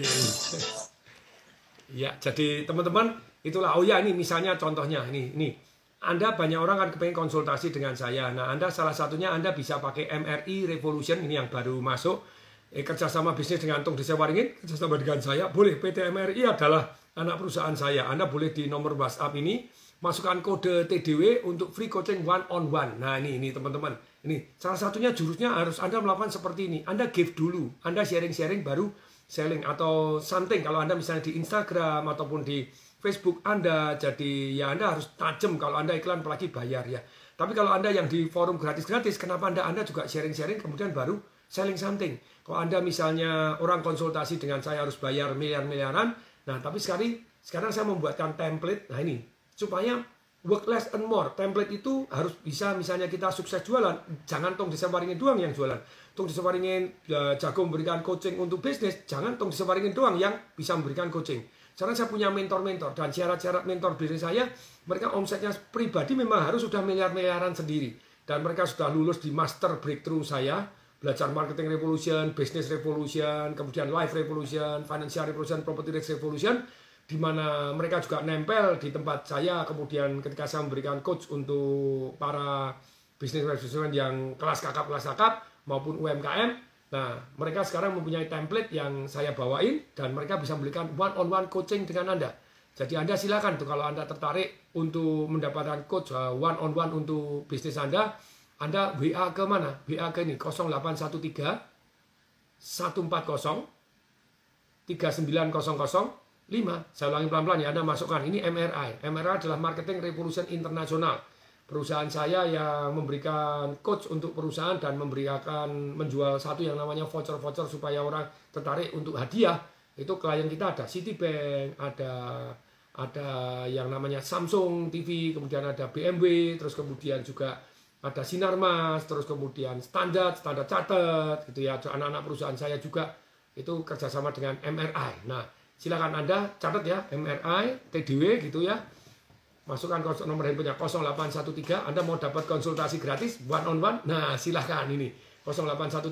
Speaker 1: Ya, jadi teman-teman, itulah, oh ya, ini misalnya contohnya, ini. Anda banyak orang kan kepengen konsultasi dengan saya. Nah, Anda salah satunya Anda bisa pakai MRI Revolution, ini yang baru masuk. Kerjasama bisnis dengan Tung Desa Waringin, kerjasama dengan saya. Boleh, PT MRI adalah anak perusahaan saya. Anda boleh di nomor WhatsApp ini, masukkan kode TDW untuk free coaching one on one. Nah, ini teman-teman. Ini salah satunya jurusnya harus Anda melakukan seperti ini. Anda give dulu, Anda sharing-sharing baru selling atau something. Kalau Anda misalnya di Instagram ataupun di Facebook Anda, jadi ya Anda harus tajam kalau Anda iklan apalagi bayar ya. Tapi kalau Anda yang di forum gratis-gratis, kenapa Anda juga sharing-sharing kemudian baru selling something. Kalau Anda misalnya orang konsultasi dengan saya harus bayar miliar-miliaran, nah tapi sekarang saya membuatkan template, nah ini, supaya work less and more. Template itu harus bisa, misalnya kita sukses jualan, jangan Tung Desa Waringin doang yang jualan. Tung Desa Waringin jago memberikan coaching untuk bisnis, jangan Tung Desa Waringin doang yang bisa memberikan coaching. Karena saya punya mentor-mentor, dan syarat-syarat mentor bisnis saya, mereka omsetnya pribadi memang harus sudah miliar-miliaran sendiri. Dan mereka sudah lulus di master breakthrough saya, belajar marketing revolution, business revolution, kemudian life revolution, financial revolution, property risk revolution, di mana mereka juga nempel di tempat saya. Kemudian ketika saya memberikan coach untuk para business revolution yang kelas kakap maupun UMKM, nah, mereka sekarang mempunyai template yang saya bawain dan mereka bisa memberikan one-on-one coaching dengan Anda. Jadi Anda silakan tuh kalau Anda tertarik untuk mendapatkan coach one-on-one untuk bisnis Anda WA ke mana? WA ke ini 0813 140 39005. Saya ulangi pelan-pelan ya, Anda masukkan. Ini MRI. MRI adalah Marketing Revolution International. Perusahaan saya yang memberikan coach untuk perusahaan dan menjual satu yang namanya voucher-voucher supaya orang tertarik untuk hadiah. Itu klien kita ada Citibank, ada yang namanya Samsung TV, kemudian ada BMW, terus kemudian juga ada Sinarmas, terus kemudian Standard Chartered gitu ya. Anak-anak perusahaan saya juga itu kerjasama dengan MRI. Nah, silakan Anda catat ya, MRI TDW gitu ya. Masukkan nomor handphonenya 0813, Anda mau dapat konsultasi gratis one on one. Nah, silahkan ini 0813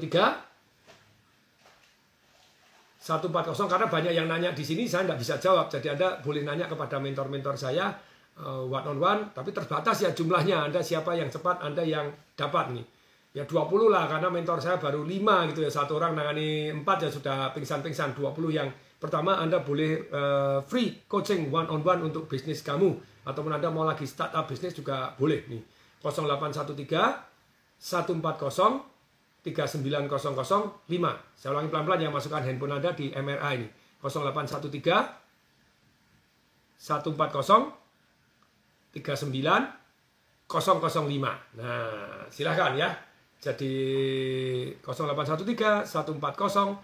Speaker 1: 140, karena banyak yang nanya di sini saya nggak bisa jawab. Jadi Anda boleh nanya kepada mentor-mentor saya one on one, tapi terbatas ya jumlahnya. Anda siapa yang cepat, Anda yang dapat nih. Ya 20 lah, karena mentor saya baru 5 gitu ya. Satu orang nangani 4 ya sudah pingsan-pingsan. 20 yang pertama Anda boleh free coaching one on one untuk bisnis kamu. Ataupun Anda mau lagi startup bisnis juga boleh nih. 0813 140 39005. Saya ulangi pelan-pelan ya, masukkan handphone Anda di MRI ini. 0813 140 39005. Nah, silahkan ya. Jadi 0813 140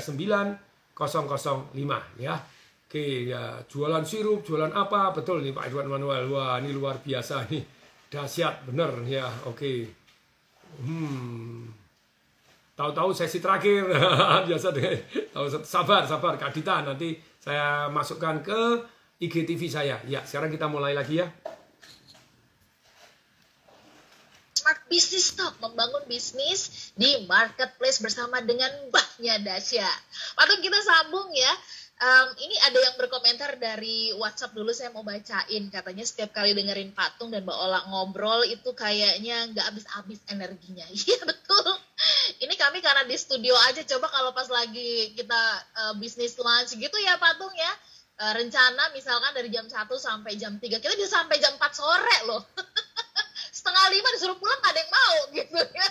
Speaker 1: 39005 ya. Oke ya, jualan sirup, jualan apa? Betul nih Pak Edward Manuel. Wah, ini luar biasa nih. Dahsyat bener ya. Oke. Tahu-tahu sesi terakhir. Biasa deh. Sabar Kak Dita, nanti saya masukkan ke IGTV saya. Ya, sekarang kita mulai lagi ya.
Speaker 2: Smart Business Talk, membangun bisnis di marketplace bersama dengan Mbahnya Dasya. Patut kita sambung ya. Ini ada yang berkomentar dari WhatsApp dulu, saya mau bacain. Katanya setiap kali dengerin Patung dan Mbak Ola ngobrol itu kayaknya nggak habis-habis energinya. Iya betul. Ini kami karena di studio aja. Coba kalau pas lagi kita bisnis lunch gitu ya Patung ya. Rencana misalkan dari jam 1 sampai jam 3. Kita bisa sampai jam 4 sore loh. 4:30 disuruh pulang nggak ada yang mau gitu ya.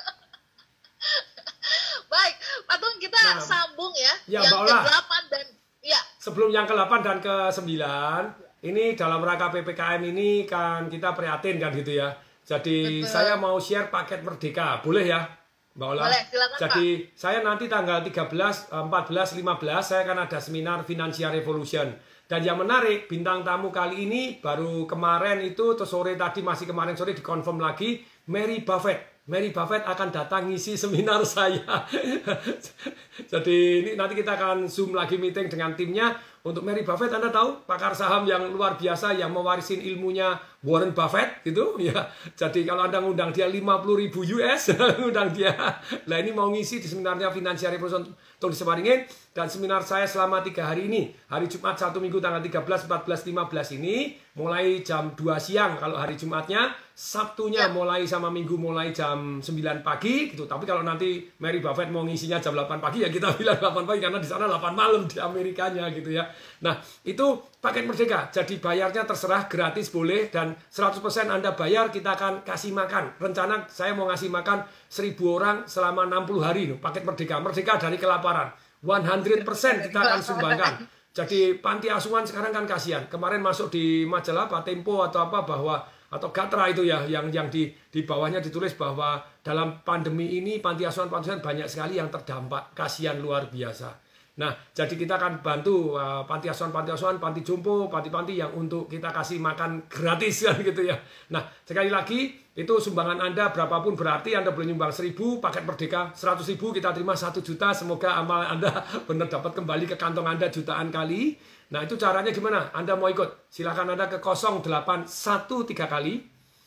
Speaker 2: Baik, Patung kita sambung ya. Yang ke-8 dan ya.
Speaker 1: Sebelum yang ke-8 dan ke-9, ini dalam rangka PPKM ini kan kita prihatin kan gitu ya. Jadi betul. Saya mau share paket Merdeka, boleh ya Mbak Ola?
Speaker 2: Boleh, silakan
Speaker 1: Jadi
Speaker 2: Pak.
Speaker 1: saya nanti tanggal 13, 14, 15 saya akan ada seminar Financial Revolution. Dan yang menarik, bintang tamu kali ini baru kemarin itu, atau sore tadi, masih kemarin sore dikonfirm lagi, Mary Buffett. Mary Buffett akan datang ngisi seminar saya. Jadi ini nanti kita akan Zoom lagi meeting dengan timnya. Untuk Mary Buffett, Anda tahu pakar saham yang luar biasa yang mewarisin ilmunya Warren Buffett gitu ya. Jadi kalau Anda ngundang dia 50.000 US, ngundang dia. Nah ini mau ngisi di seminarnya Financial Revolution Tong Disebaringin, dan seminar saya selama 3 hari ini. Hari Jumat 1 minggu tanggal 13, 14, 15 ini mulai jam 2 siang kalau hari Jumatnya, Sabtunya mulai sama Minggu mulai jam 9 pagi gitu. Tapi kalau nanti Mary Buffett mau ngisinya jam 8 pagi ya kita bilang 8 pagi karena di sana 8 malam di Amerikanya gitu ya. Nah, itu paket Merdeka. Jadi bayarnya terserah, gratis boleh, dan 100% Anda bayar kita akan kasih makan. Rencana saya mau ngasih makan 1.000 orang selama 60 hari. Paket Merdeka. Merdeka dari kelaparan. 100% kita akan sumbangkan. Jadi panti asuhan sekarang kan kasihan. Kemarin masuk di majalah apa Tempo atau apa bahwa atau Gatra itu ya yang di bawahnya ditulis bahwa dalam pandemi ini panti asuhan banyak sekali yang terdampak. Kasihan luar biasa. Nah, jadi kita akan bantu panti asuhan, panti jompo, panti-panti yang untuk kita kasih makan gratis kan gitu ya. Nah, sekali lagi itu sumbangan Anda berapapun berarti, Anda boleh nyumbang 1.000, paket Merdeka 100.000 kita terima 1 juta, semoga amal Anda benar dapat kembali ke kantong Anda jutaan kali. Nah, itu caranya gimana? Anda mau ikut? Silakan Anda ke 0813 kali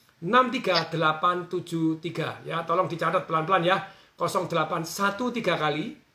Speaker 1: 63873 ya, tolong dicatat pelan-pelan ya. 0813 kali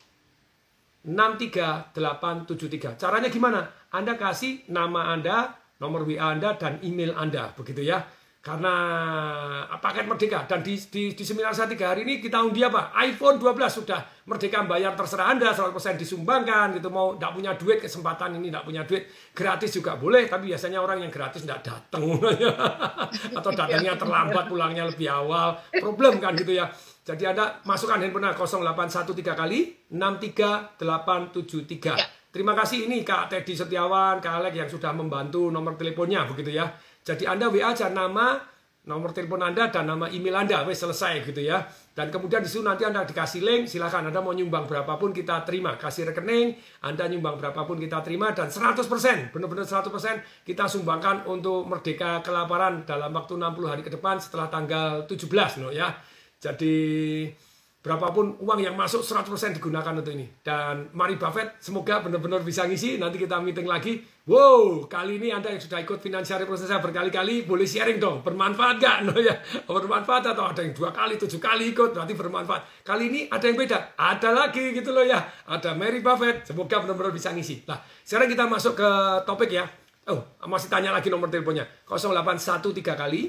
Speaker 1: 63873. Caranya gimana? Anda kasih nama Anda, nomor WA Anda, dan email Anda, begitu ya. Karena paket Merdeka. Dan di seminar saya 3 hari ini kita undi apa? iPhone 12 sudah. Merdeka bayar terserah Anda, 100% disumbangkan gitu. Mau tidak punya duit, kesempatan ini tidak punya duit, gratis juga boleh. Tapi biasanya orang yang gratis tidak datang atau datangnya terlambat, pulangnya lebih awal, problem kan gitu ya. Jadi Anda masukkan handphone 0813 kali 63873.
Speaker 2: Ya.
Speaker 1: Terima kasih ini Kak Teddy Setiawan, Kak Alek yang sudah membantu nomor teleponnya begitu ya. Jadi Anda WA aja nama, nomor telepon Anda dan nama email Anda, wes selesai gitu ya. Dan kemudian di situ nanti Anda dikasih link, silakan Anda mau nyumbang berapapun kita terima, kasih rekening, Anda nyumbang berapapun kita terima, dan 100%, benar-benar 100% kita sumbangkan untuk Merdeka Kelaparan dalam waktu 60 hari ke depan setelah tanggal 17 no ya. Jadi berapapun uang yang masuk 100% digunakan untuk ini. Dan Mary Buffett semoga benar-benar bisa ngisi. Nanti kita meeting lagi. Wow, kali ini Anda yang sudah ikut Financial Revolution saya berkali-kali, boleh sharing dong. Bermanfaat gak? No, ya. Bermanfaat atau ada yang 2 kali, 7 kali ikut, berarti bermanfaat. Kali ini ada yang beda. Ada lagi gitu loh ya. Ada Mary Buffett. Semoga benar-benar bisa ngisi. Nah, sekarang kita masuk ke topik ya. Oh, masih tanya lagi nomor teleponnya. 0813 kali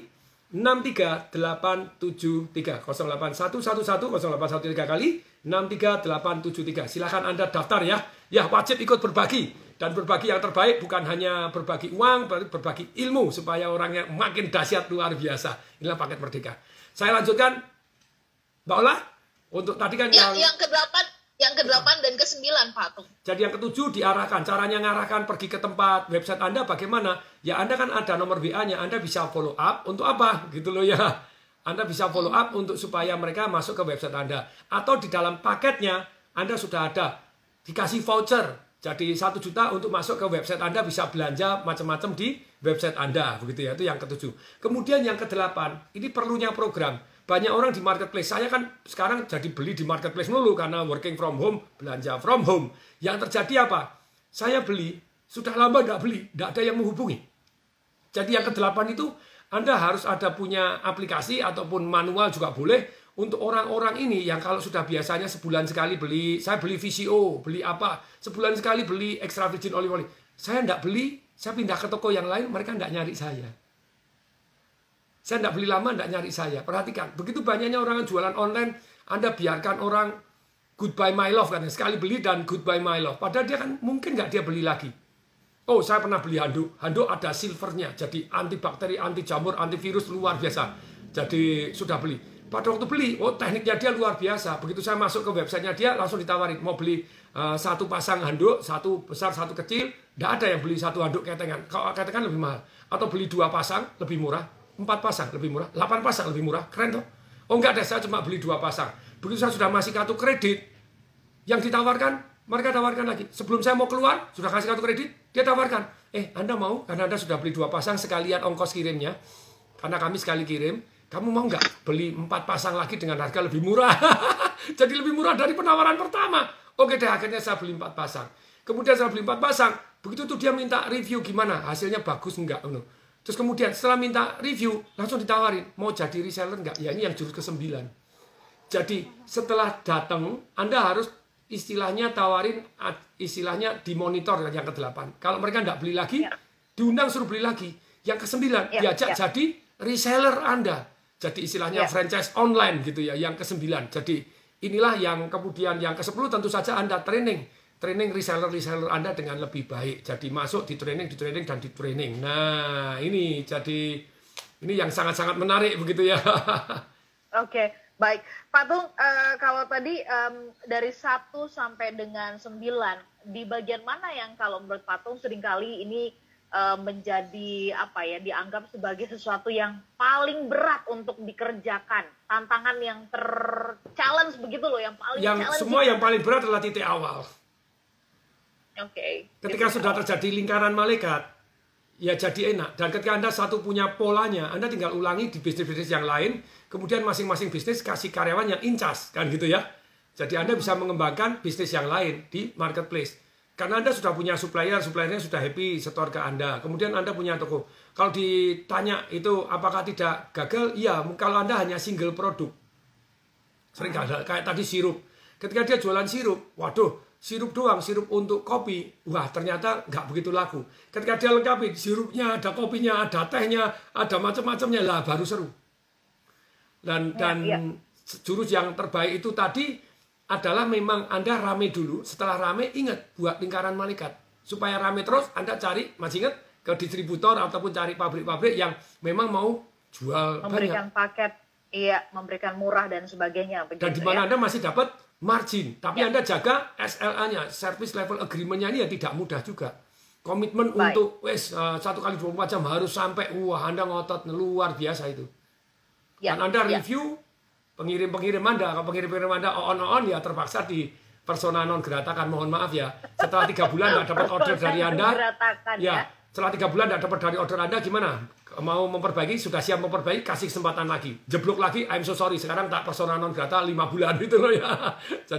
Speaker 1: 63873 0811100813 kali 63873. Silakan Anda daftar ya. Ya, wajib ikut berbagi, dan berbagi yang terbaik bukan hanya berbagi uang, berbagi ilmu supaya orangnya makin dahsyat luar biasa. Inilah paket Merdeka. Saya lanjutkan Mbak Ola untuk tadi kan yang
Speaker 2: ke-8 dan ke-9 Pak Tung.
Speaker 1: Jadi yang ke-7 diarahkan, caranya ngarahkan pergi ke tempat website Anda bagaimana? Ya Anda kan ada nomor WA-nya, Anda bisa follow up untuk apa? Gitu loh ya. Anda bisa follow up untuk supaya mereka masuk ke website Anda. Atau di dalam paketnya Anda sudah ada dikasih voucher. Jadi 1 juta untuk masuk ke website Anda, bisa belanja macam-macam di website Anda, begitu ya. Itu yang ke-7. Kemudian yang ke-8, ini perlunya program. Banyak orang di marketplace, saya kan sekarang jadi beli di marketplace dulu karena working from home, belanja from home. Yang terjadi apa? Saya beli, sudah lama nggak beli, nggak ada yang menghubungi. Jadi yang ke-8 itu, Anda harus ada punya aplikasi ataupun manual juga boleh untuk orang-orang ini yang kalau sudah biasanya sebulan sekali beli, saya beli VCO, beli apa, sebulan sekali beli extra virgin olive oil. Saya nggak beli, saya pindah ke toko yang lain, mereka nggak nyari saya. Saya tidak beli lama, tidak nyari saya. Perhatikan, begitu banyaknya orang yang jualan online, Anda biarkan orang goodbye my love kan, sekali beli dan goodbye my love. Padahal dia kan mungkin nggak dia beli lagi. Oh, saya pernah beli handuk. Handuk ada silvernya, jadi antibakteri, anti jamur, antivirus luar biasa. Jadi sudah beli. Pada waktu beli, oh tekniknya dia luar biasa. Begitu saya masuk ke websitenya dia, langsung ditawarin mau beli 1 pasang handuk, 1 besar, 1 kecil. Tidak ada yang beli 1 handuk ketengan. Kalau ketengan lebih mahal. Atau beli 2 pasang lebih murah. 4 pasang lebih murah, 8 pasang lebih murah, keren toh? Oh enggak deh, saya cuma beli 2 pasang. Begitu saya sudah masih kartu kredit, yang ditawarkan, mereka tawarkan lagi. Sebelum saya mau keluar, sudah kasih kartu kredit, dia tawarkan, Anda mau? Karena Anda sudah beli 2 pasang sekalian ongkos kirimnya, karena kami sekali kirim, kamu mau nggak beli 4 pasang lagi dengan harga lebih murah? Jadi lebih murah dari penawaran pertama. Oke deh, akhirnya saya beli 4 pasang. Kemudian saya beli 4 pasang, begitu tuh dia minta review gimana, hasilnya bagus enggak. Terus kemudian setelah minta review, langsung ditawarin, mau jadi reseller enggak? Ya ini yang jurus ke-9. Jadi setelah datang, Anda harus istilahnya tawarin, istilahnya dimonitor yang ke-8. Kalau mereka enggak beli lagi, diundang suruh beli lagi. Yang ke-9, diajak jadi reseller Anda. Jadi istilahnya franchise online gitu ya, yang ke-9. Jadi inilah yang kemudian yang ke-10 tentu saja Anda training reseller Anda dengan lebih baik. Jadi masuk di training dan di training. Nah, ini jadi ini yang sangat-sangat menarik begitu ya.
Speaker 2: Oke, baik. Pak Tung, kalau tadi dari 1 sampai dengan 9, di bagian mana yang kalau menurut Pak Tung seringkali ini menjadi dianggap sebagai sesuatu yang paling berat untuk dikerjakan, tantangan yang challenge begitu loh, yang paling
Speaker 1: semua yang paling berat adalah titik awal. Ketika sudah terjadi lingkaran malaikat, ya jadi enak. Dan ketika Anda satu punya polanya, Anda tinggal ulangi di bisnis-bisnis yang lain, kemudian masing-masing bisnis kasih karyawan yang incas, kan gitu ya. Jadi Anda bisa mengembangkan bisnis yang lain di marketplace. Karena Anda sudah punya suppliernya sudah happy setor ke Anda. Kemudian Anda punya toko. Kalau ditanya itu apakah tidak gagal? Iya, kalau Anda hanya single produk. Sering gagal, kayak tadi sirup. Ketika dia jualan sirup, waduh, sirup doang, sirup untuk kopi. Wah, ternyata nggak begitu laku. Ketika dia lengkapi, sirupnya, ada kopinya, ada tehnya, ada macam-macamnya, lah baru seru. Dan jurus yang terbaik itu tadi adalah memang Anda rame dulu, setelah rame ingat buat lingkaran malaikat. Supaya rame terus, Anda cari, masih ingat, ke distributor ataupun cari pabrik-pabrik yang memang mau jual
Speaker 2: memberikan
Speaker 1: banyak.
Speaker 2: Paket, memberikan murah dan sebagainya.
Speaker 1: Dan di mana Anda masih dapat margin, tapi Anda jaga SLA-nya, Service Level Agreement-nya ini ya tidak mudah juga. Komitmen untuk 1 kali 24 jam harus sampai, wah Anda ngotot luar biasa itu. Dan Anda review pengirim-pengirim Anda, kalau pengirim-pengirim Anda on ya terpaksa di persona non grata, kan mohon maaf ya. Setelah 3 bulan nggak dapat order dari Anda, setelah 3 bulan nggak dapat dari order Anda, gimana? Mau memperbaiki, sudah siap memperbaiki, kasih kesempatan lagi. Jeblok lagi, I'm so sorry, sekarang tak persona non grata 5 bulan gitu loh ya.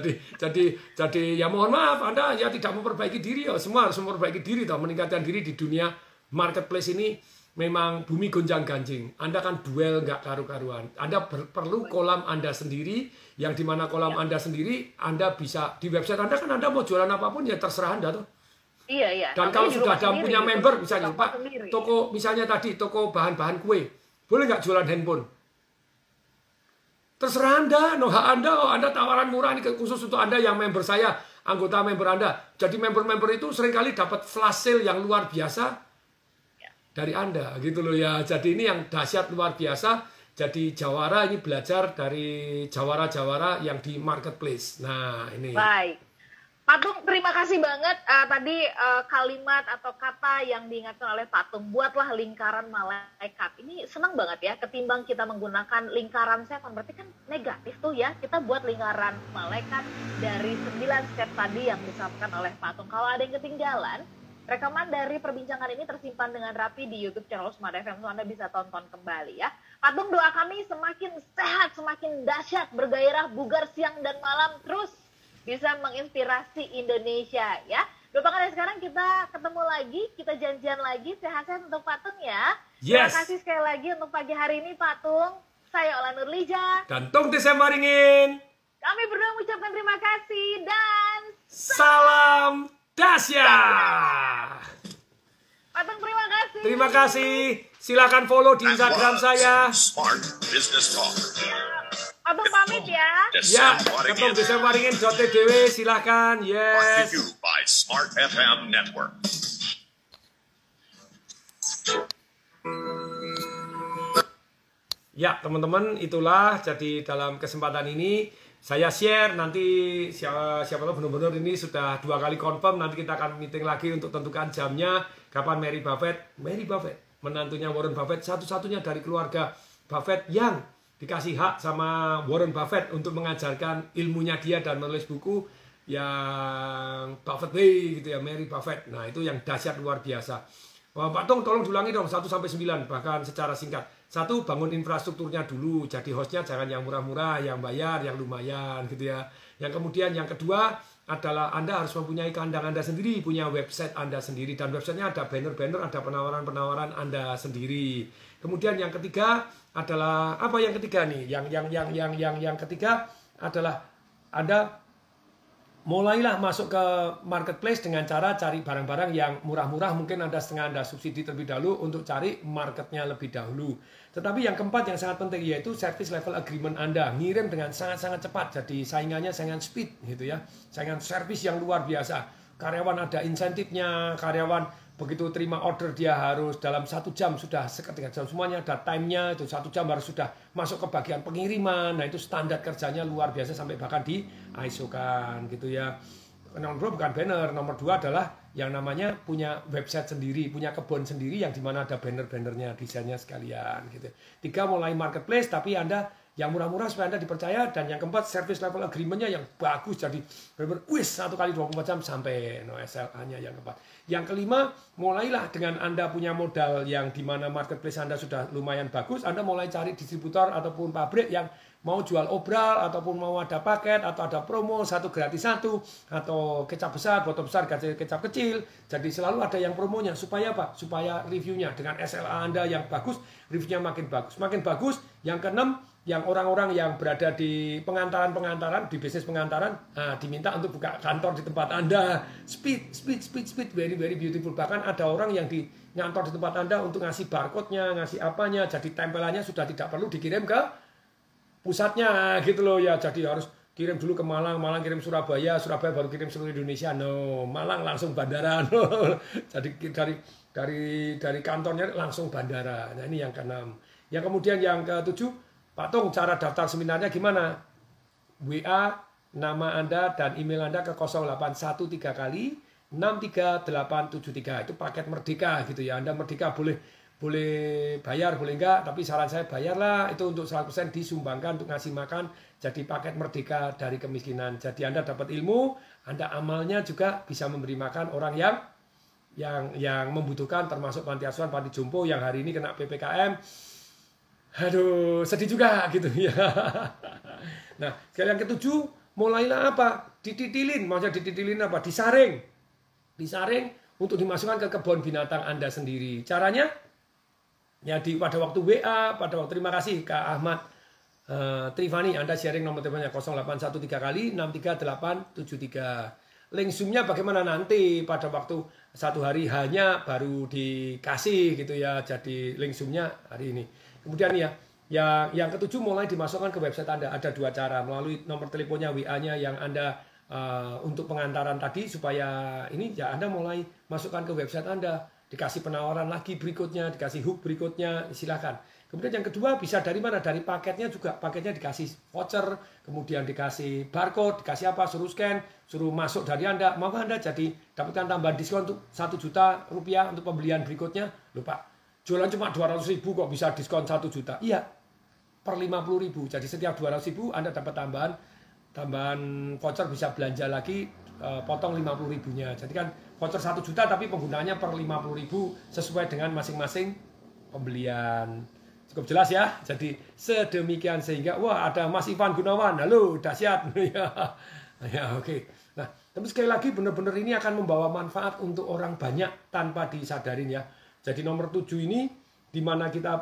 Speaker 1: Jadi ya mohon maaf, Anda ya tidak memperbaiki diri ya. Semua harus memperbaiki diri toh, meningkatkan diri di dunia marketplace ini. Memang bumi gonjang-ganjing. Anda kan duel nggak karu-karuan. Anda perlu kolam Anda sendiri, yang dimana kolam Anda sendiri, Anda bisa di website Anda kan Anda mau jualan apapun ya terserah Anda tuh.
Speaker 2: Iya.
Speaker 1: Dan kalau sudah ada punya member, misalnya Pak, toko misalnya tadi toko bahan-bahan kue, boleh nggak jualan handphone? Terserah Anda, hak Anda tawaran murah ini khusus untuk Anda yang member saya, anggota member Anda. Jadi member-member itu seringkali dapat flash sale yang luar biasa dari Anda gitu loh ya. Jadi ini yang dahsyat luar biasa. Jadi Jawara ini belajar dari jawara-jawara yang di marketplace. Nah ini.
Speaker 2: Baik, Pak Tung, terima kasih banget tadi kalimat atau kata yang diingatkan oleh Pak Tung, buatlah lingkaran malaikat. Ini senang banget ya, ketimbang kita menggunakan lingkaran setan, berarti kan negatif tuh ya. Kita buat lingkaran malaikat dari 9 step tadi yang disampaikan oleh Pak Tung. Kalau ada yang ketinggalan, rekaman dari perbincangan ini tersimpan dengan rapi di YouTube channel Smart FM, so Anda bisa tonton kembali ya. Pak Tung, doa kami semakin sehat, semakin dahsyat, bergairah, bugar siang dan malam, terus bisa menginspirasi Indonesia ya. Doakan sekarang kita ketemu lagi, kita janjian lagi, sehat-sehat untuk Pak Tung ya.
Speaker 1: Yes.
Speaker 2: Terima kasih sekali lagi untuk pagi hari ini Pak Tung. Saya Ola Nurlija.
Speaker 1: Dan Tung Tisem Waringin.
Speaker 2: Kami berdua mengucapkan terima kasih dan
Speaker 1: salam dahsyat.
Speaker 2: Pak Tung, terima kasih.
Speaker 1: Terima kasih. Silakan follow di Instagram saya.
Speaker 3: Smart Business Talk.
Speaker 2: Pak Tung pamit ya.
Speaker 1: Ya, Ketum Tisem Waringin.tw, silakan.
Speaker 3: Brought to
Speaker 1: Yes.
Speaker 3: you by Smart FM Network.
Speaker 1: Ya, teman-teman, itulah jadi dalam kesempatan ini saya share, nanti siapa tahu benar-benar ini sudah 2 kali confirm, nanti kita akan meeting lagi untuk tentukan jamnya kapan Mary Buffett, menantunya Warren Buffett, satu-satunya dari keluarga Buffett yang dikasih hak sama Warren Buffett untuk mengajarkan ilmunya dia dan menulis buku yang Buffett Way gitu ya, Mary Buffett. Nah, itu yang dahsyat luar biasa. Pak Tung, tolong diulangi dong 1 sampai 9 bahkan secara singkat. Satu, bangun infrastrukturnya dulu. Jadi hostnya jangan yang murah-murah, yang bayar, yang lumayan gitu ya. Yang kemudian yang kedua adalah Anda harus mempunyai kandang Anda sendiri, punya website Anda sendiri, dan websitenya ada banner-banner, ada penawaran-penawaran Anda sendiri. Kemudian yang ketiga adalah apa yang ketiga nih? Yang ketiga adalah Anda mulailah masuk ke marketplace dengan cara cari barang-barang yang murah-murah. Mungkin Anda subsidi terlebih dahulu untuk cari marketnya lebih dahulu. Tetapi yang keempat yang sangat penting yaitu service level agreement Anda. Ngirim dengan sangat-sangat cepat. Jadi saingannya saingan speed gitu ya. Saingan service yang luar biasa. Karyawan ada insentifnya, karyawan begitu terima order dia harus dalam 1 jam sudah seketika jam, semuanya ada time-nya, itu 1 jam harus sudah masuk ke bagian pengiriman. Nah itu standar kerjanya luar biasa sampai bahkan di ISO-kan gitu ya. Nomor 2 bukan banner, nomor 2 adalah yang namanya punya website sendiri, punya kebun sendiri yang dimana ada banner-bannernya, desainnya sekalian gitu. 3 mulai marketplace tapi Anda yang murah-murah supaya Anda dipercaya, dan yang keempat service level agreement-nya yang bagus, jadi benar-benar 1 kali 24 jam sampai no SLA-nya yang keempat. Yang kelima, mulailah dengan Anda punya modal yang dimana marketplace Anda sudah lumayan bagus, Anda mulai cari distributor ataupun pabrik yang mau jual obral, ataupun mau ada paket, atau ada promo 1 gratis 1, atau kecap besar, botol besar, kecap kecil. Jadi selalu ada yang promonya, supaya apa? Supaya reviewnya dengan SLA Anda yang bagus, reviewnya makin bagus. Makin bagus, yang keenam, yang orang-orang yang berada di pengantaran, di bisnis pengantaran, diminta untuk buka kantor di tempat Anda. Speed, very beautiful. Bahkan ada orang yang di ngantor di tempat Anda untuk ngasih barcode-nya, ngasih apanya, jadi tempelannya sudah tidak perlu dikirim ke pusatnya gitu loh ya. Jadi harus kirim dulu ke Malang kirim Surabaya baru kirim seluruh Indonesia. No, Malang langsung bandara. No. Jadi dari kantornya langsung bandara. Nah ini yang keenam. Yang kemudian yang ketujuh, Pak Tung, cara daftar seminarnya gimana? WA nama Anda dan email Anda ke 0813 kali 63873. Itu paket Merdeka gitu ya. Anda Merdeka boleh bayar, boleh enggak, tapi saran saya bayarlah. Itu untuk 100% disumbangkan untuk ngasih makan. Jadi paket Merdeka dari kemiskinan. Jadi Anda dapat ilmu, Anda amalnya juga bisa memberi makan orang yang membutuhkan, termasuk panti asuhan, panti jompo yang hari ini kena PPKM. Aduh, sedih juga gitu ya. Nah, sekali yang ketujuh, mulailah apa? Dititilin. Maksudnya dititilin apa? Disaring untuk dimasukkan ke kebun binatang Anda sendiri. Caranya ya pada waktu WA, pada waktu terima kasih Kak Ahmad Trivani, Anda sharing nomor teleponnya 0813 kali 63873. Link Zoom-nya bagaimana nanti pada waktu 1 hari hanya baru dikasih gitu ya. Jadi link Zoom-nya hari ini. Kemudian ya, yang ketujuh mulai dimasukkan ke website Anda. Ada 2 cara, melalui nomor teleponnya, WA-nya yang Anda untuk pengantaran tadi, supaya ini ya Anda mulai masukkan ke website Anda. Dikasih penawaran lagi berikutnya, dikasih hook berikutnya, silakan. Kemudian yang kedua bisa dari mana? Dari paketnya juga. Paketnya dikasih voucher, kemudian dikasih barcode, dikasih apa, suruh scan, suruh masuk dari Anda. Mau Anda jadi dapatkan tambahan diskon untuk 1 juta rupiah untuk pembelian berikutnya? Loh Pak, jualan cuma 200.000 kok bisa diskon 1 juta? Iya, per 50.000. Jadi setiap 200.000 Anda dapat tambahan voucher, bisa belanja lagi, potong 50.000-nya. Jadi kan voucher 1 juta tapi penggunaannya per 50.000 sesuai dengan masing-masing pembelian. Cukup jelas ya. Jadi sedemikian sehingga wah ada Mas Ivan Gunawan. Halo, dahsyat. Ya oke. Nah, tapi sekali lagi benar-benar ini akan membawa manfaat untuk orang banyak tanpa disadarin ya. Jadi nomor 7 ini di mana kita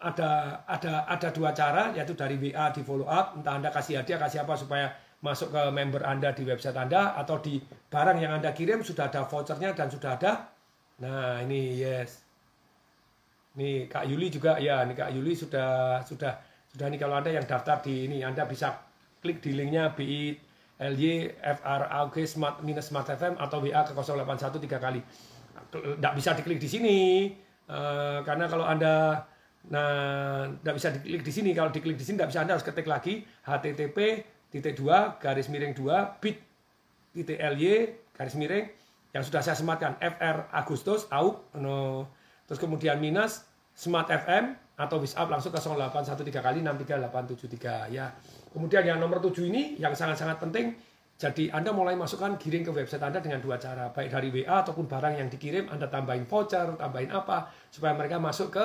Speaker 1: ada 2 cara, yaitu dari WA di follow up, entah Anda kasih hadiah, kasih apa supaya masuk ke member Anda di website Anda, atau di barang yang Anda kirim sudah ada vouchernya dan sudah ada. Nah, ini yes. Nih Kak Yuli juga ya, nih Kak Yuli sudah nih, kalau Anda yang daftar di ini Anda bisa klik di linknya BITLY-FRAUG Smart FM atau WA ke 0813 kali. Tidak bisa diklik di sini karena kalau Anda tidak bisa diklik di sini. Kalau diklik di sini tidak bisa, Anda harus ketik lagi http://bit.ly yang sudah saya sematkan FR Agustus AUG terus kemudian minus Smart FM atau WhatsApp langsung ke 0813 kali 63873 ya. Kemudian yang nomor 7 ini yang sangat-sangat penting. Jadi Anda mulai masukkan giring ke website Anda dengan 2 cara, baik dari WA ataupun barang yang dikirim Anda tambahin voucher, tambahin apa supaya mereka masuk ke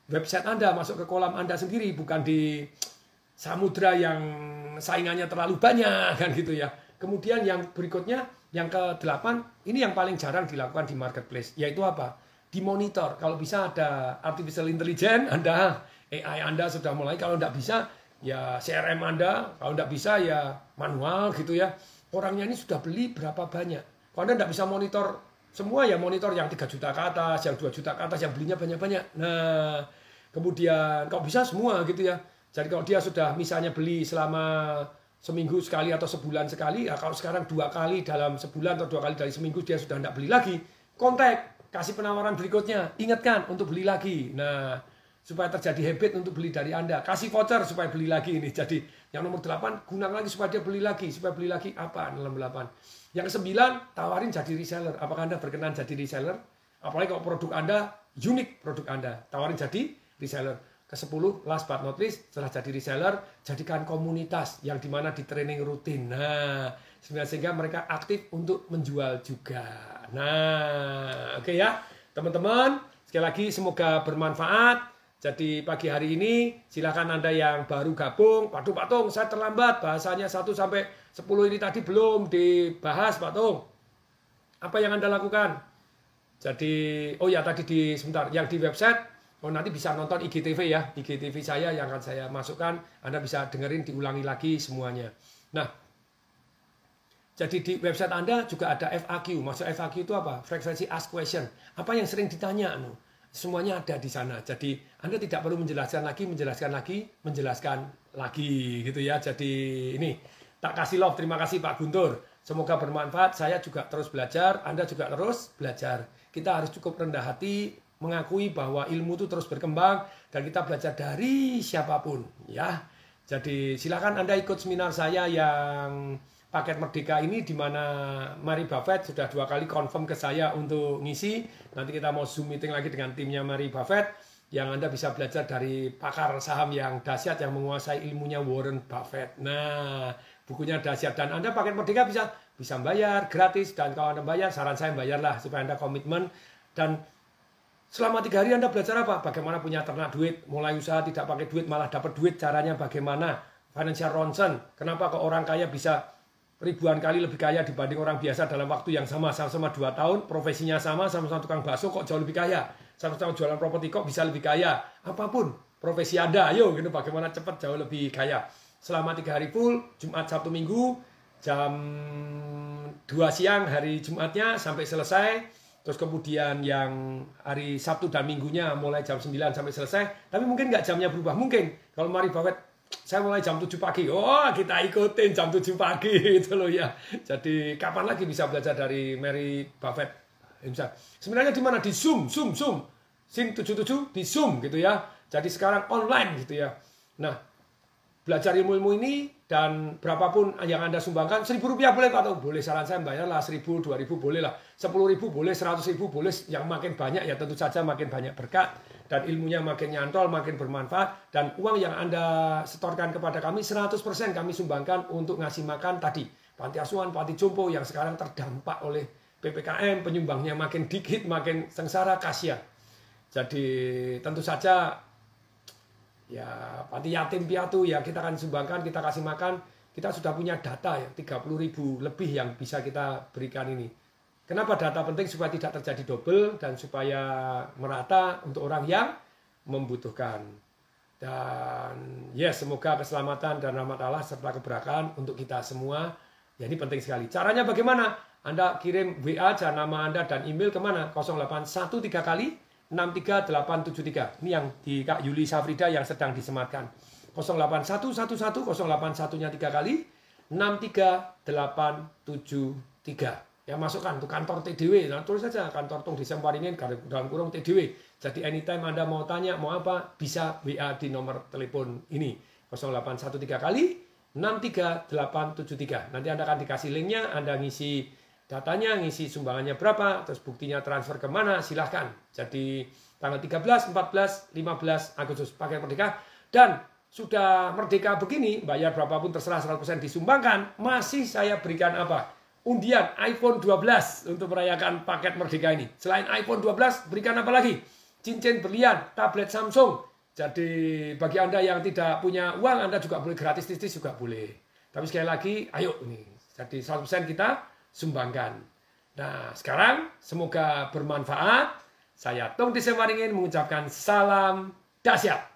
Speaker 1: website Anda, masuk ke kolam Anda sendiri, bukan di samudra yang saingannya terlalu banyak kan gitu ya. Kemudian yang berikutnya, yang ke-8, ini yang paling jarang dilakukan di marketplace, yaitu apa? Dimonitor. Kalau bisa ada artificial intelligence, AI Anda sudah mulai. Kalau tidak bisa, ya CRM Anda. Kalau tidak bisa, ya manual gitu ya. Orangnya ini sudah beli berapa banyak. Kalau Anda tidak bisa monitor semua, ya monitor yang 3 juta ke atas, yang 2 juta ke atas, yang belinya banyak-banyak. Nah, kemudian kalau bisa semua gitu ya. Jadi kalau dia sudah misalnya beli selama seminggu sekali atau sebulan sekali, ya kalau sekarang 2 kali dalam sebulan atau 2 kali dari seminggu dia sudah tidak beli lagi, kontak, kasih penawaran berikutnya, ingatkan untuk beli lagi. Nah, supaya terjadi habit untuk beli dari Anda, kasih voucher supaya beli lagi ini. Jadi yang nomor 8, gunakan lagi supaya dia beli lagi, apa? Nomor 8. Yang ke-9, tawarin jadi reseller. Apakah Anda berkenan jadi reseller? Apalagi kalau produk Anda unik, produk Anda, tawarin jadi reseller. Ke-10, last but not least, setelah jadi reseller, jadikan komunitas yang dimana di training rutin. Nah, sehingga mereka aktif untuk menjual juga. Nah, oke ya, teman-teman. Sekali lagi semoga bermanfaat. Jadi pagi hari ini silakan Anda yang baru gabung. Waduh Pak Tung, saya terlambat. Bahasanya 1 sampai 10 ini tadi belum dibahas Pak Tung. Apa yang Anda lakukan? Jadi, oh ya tadi sebentar, yang di website. Oh nanti bisa nonton IGTV ya, IGTV saya yang akan saya masukkan, Anda bisa dengerin diulangi lagi semuanya. Nah, jadi di website Anda juga ada FAQ, maksud FAQ itu apa? Frequency Ask Question, apa yang sering ditanya? Semuanya ada di sana, jadi Anda tidak perlu menjelaskan lagi gitu ya. Jadi ini, tak kasih love, terima kasih Pak Guntur. Semoga bermanfaat, saya juga terus belajar, Anda juga terus belajar. Kita harus cukup rendah hati, mengakui bahwa ilmu itu terus berkembang dan kita belajar dari siapapun ya. Jadi silakan Anda ikut seminar saya yang paket merdeka ini, di mana Mary Buffett sudah 2 kali confirm ke saya untuk ngisi. Nanti kita mau Zoom meeting lagi dengan timnya Mary Buffett, yang Anda bisa belajar dari pakar saham yang dahsyat yang menguasai ilmunya Warren Buffett. Nah, bukunya dahsyat dan Anda paket merdeka bisa bayar gratis, dan kalau Anda bayar, saran saya bayarlah supaya Anda komitmen. Dan selama 3 hari Anda belajar apa? Bagaimana punya ternak duit, mulai usaha tidak pakai duit malah dapat duit, caranya bagaimana? Financial Ronson, kenapa ke orang kaya bisa ribuan kali lebih kaya dibanding orang biasa dalam waktu yang sama-sama 2 tahun, profesinya sama-sama tukang bakso kok jauh lebih kaya, sama-sama jualan properti kok bisa lebih kaya. Apapun profesi Anda, ayo gitu, bagaimana cepat jauh lebih kaya. Selama 3 hari full, Jumat, Sabtu, Minggu, jam 2 siang hari Jumatnya sampai selesai. Terus kemudian yang hari Sabtu dan Minggunya mulai jam 9 sampai selesai. Tapi mungkin nggak jamnya berubah. Mungkin kalau Mary Buffett, saya mulai jam 7 pagi. Oh, kita ikutin jam 7 pagi itu loh ya. Jadi kapan lagi bisa belajar dari Mary Buffett? Sebenarnya di mana? Di Zoom. Sin 77 di Zoom gitu ya. Jadi sekarang online gitu ya. Nah, belajar ilmu-ilmu ini dan berapapun yang Anda sumbangkan, Rp1.000 boleh atau boleh, saran saya bayarlah 1.000, 2.000 boleh lah, 10.000 boleh, 100.000 boleh, yang makin banyak ya tentu saja makin banyak berkat dan ilmunya makin nyantol, makin bermanfaat, dan uang yang Anda setorkan kepada kami 100% kami sumbangkan untuk ngasih makan tadi panti asuhan, panti jompo yang sekarang terdampak oleh PPKM, penyumbangnya makin dikit, makin sengsara, kasihan. Jadi tentu saja ya panti yatim piatu ya kita akan sumbangkan, kita kasih makan. Kita sudah punya data ya 30.000 lebih yang bisa kita berikan ini. Kenapa data penting? Supaya tidak terjadi double dan supaya merata untuk orang yang membutuhkan. Dan ya semoga keselamatan dan rahmat Allah serta keberkahan untuk kita semua. Ya ini penting sekali. Caranya bagaimana? Anda kirim WA aja nama Anda dan email kemana? 0813 kali 63873. Ini yang di Kak Yuli Safrida yang sedang disematkan. 08111 081-nya 3 kali 63873. Ya masukkan untuk kantor TDW. Nah, tulis saja kantor Tung Desa Waringin dalam kurung TDW. Jadi anytime Anda mau tanya mau apa bisa WA di nomor telepon ini 0813 kali 63873. Nanti Anda akan dikasih linknya, Anda ngisi datanya, ngisi sumbangannya berapa, terus buktinya transfer kemana, silahkan. Jadi tanggal 13, 14, 15 Agustus pakai merdeka. Dan sudah merdeka begini, bayar berapapun terserah 100% disumbangkan, masih saya berikan apa? Undian iPhone 12 untuk merayakan paket merdeka ini. Selain iPhone 12, berikan apa lagi? cincin berlian, tablet Samsung. Jadi bagi Anda yang tidak punya uang, Anda juga boleh gratis tistis juga boleh. Tapi sekali lagi, ayo nih. Jadi 100% kita sumbangkan. Nah, sekarang semoga bermanfaat. Saya Tung Desem Waringin mengucapkan salam dahsyat.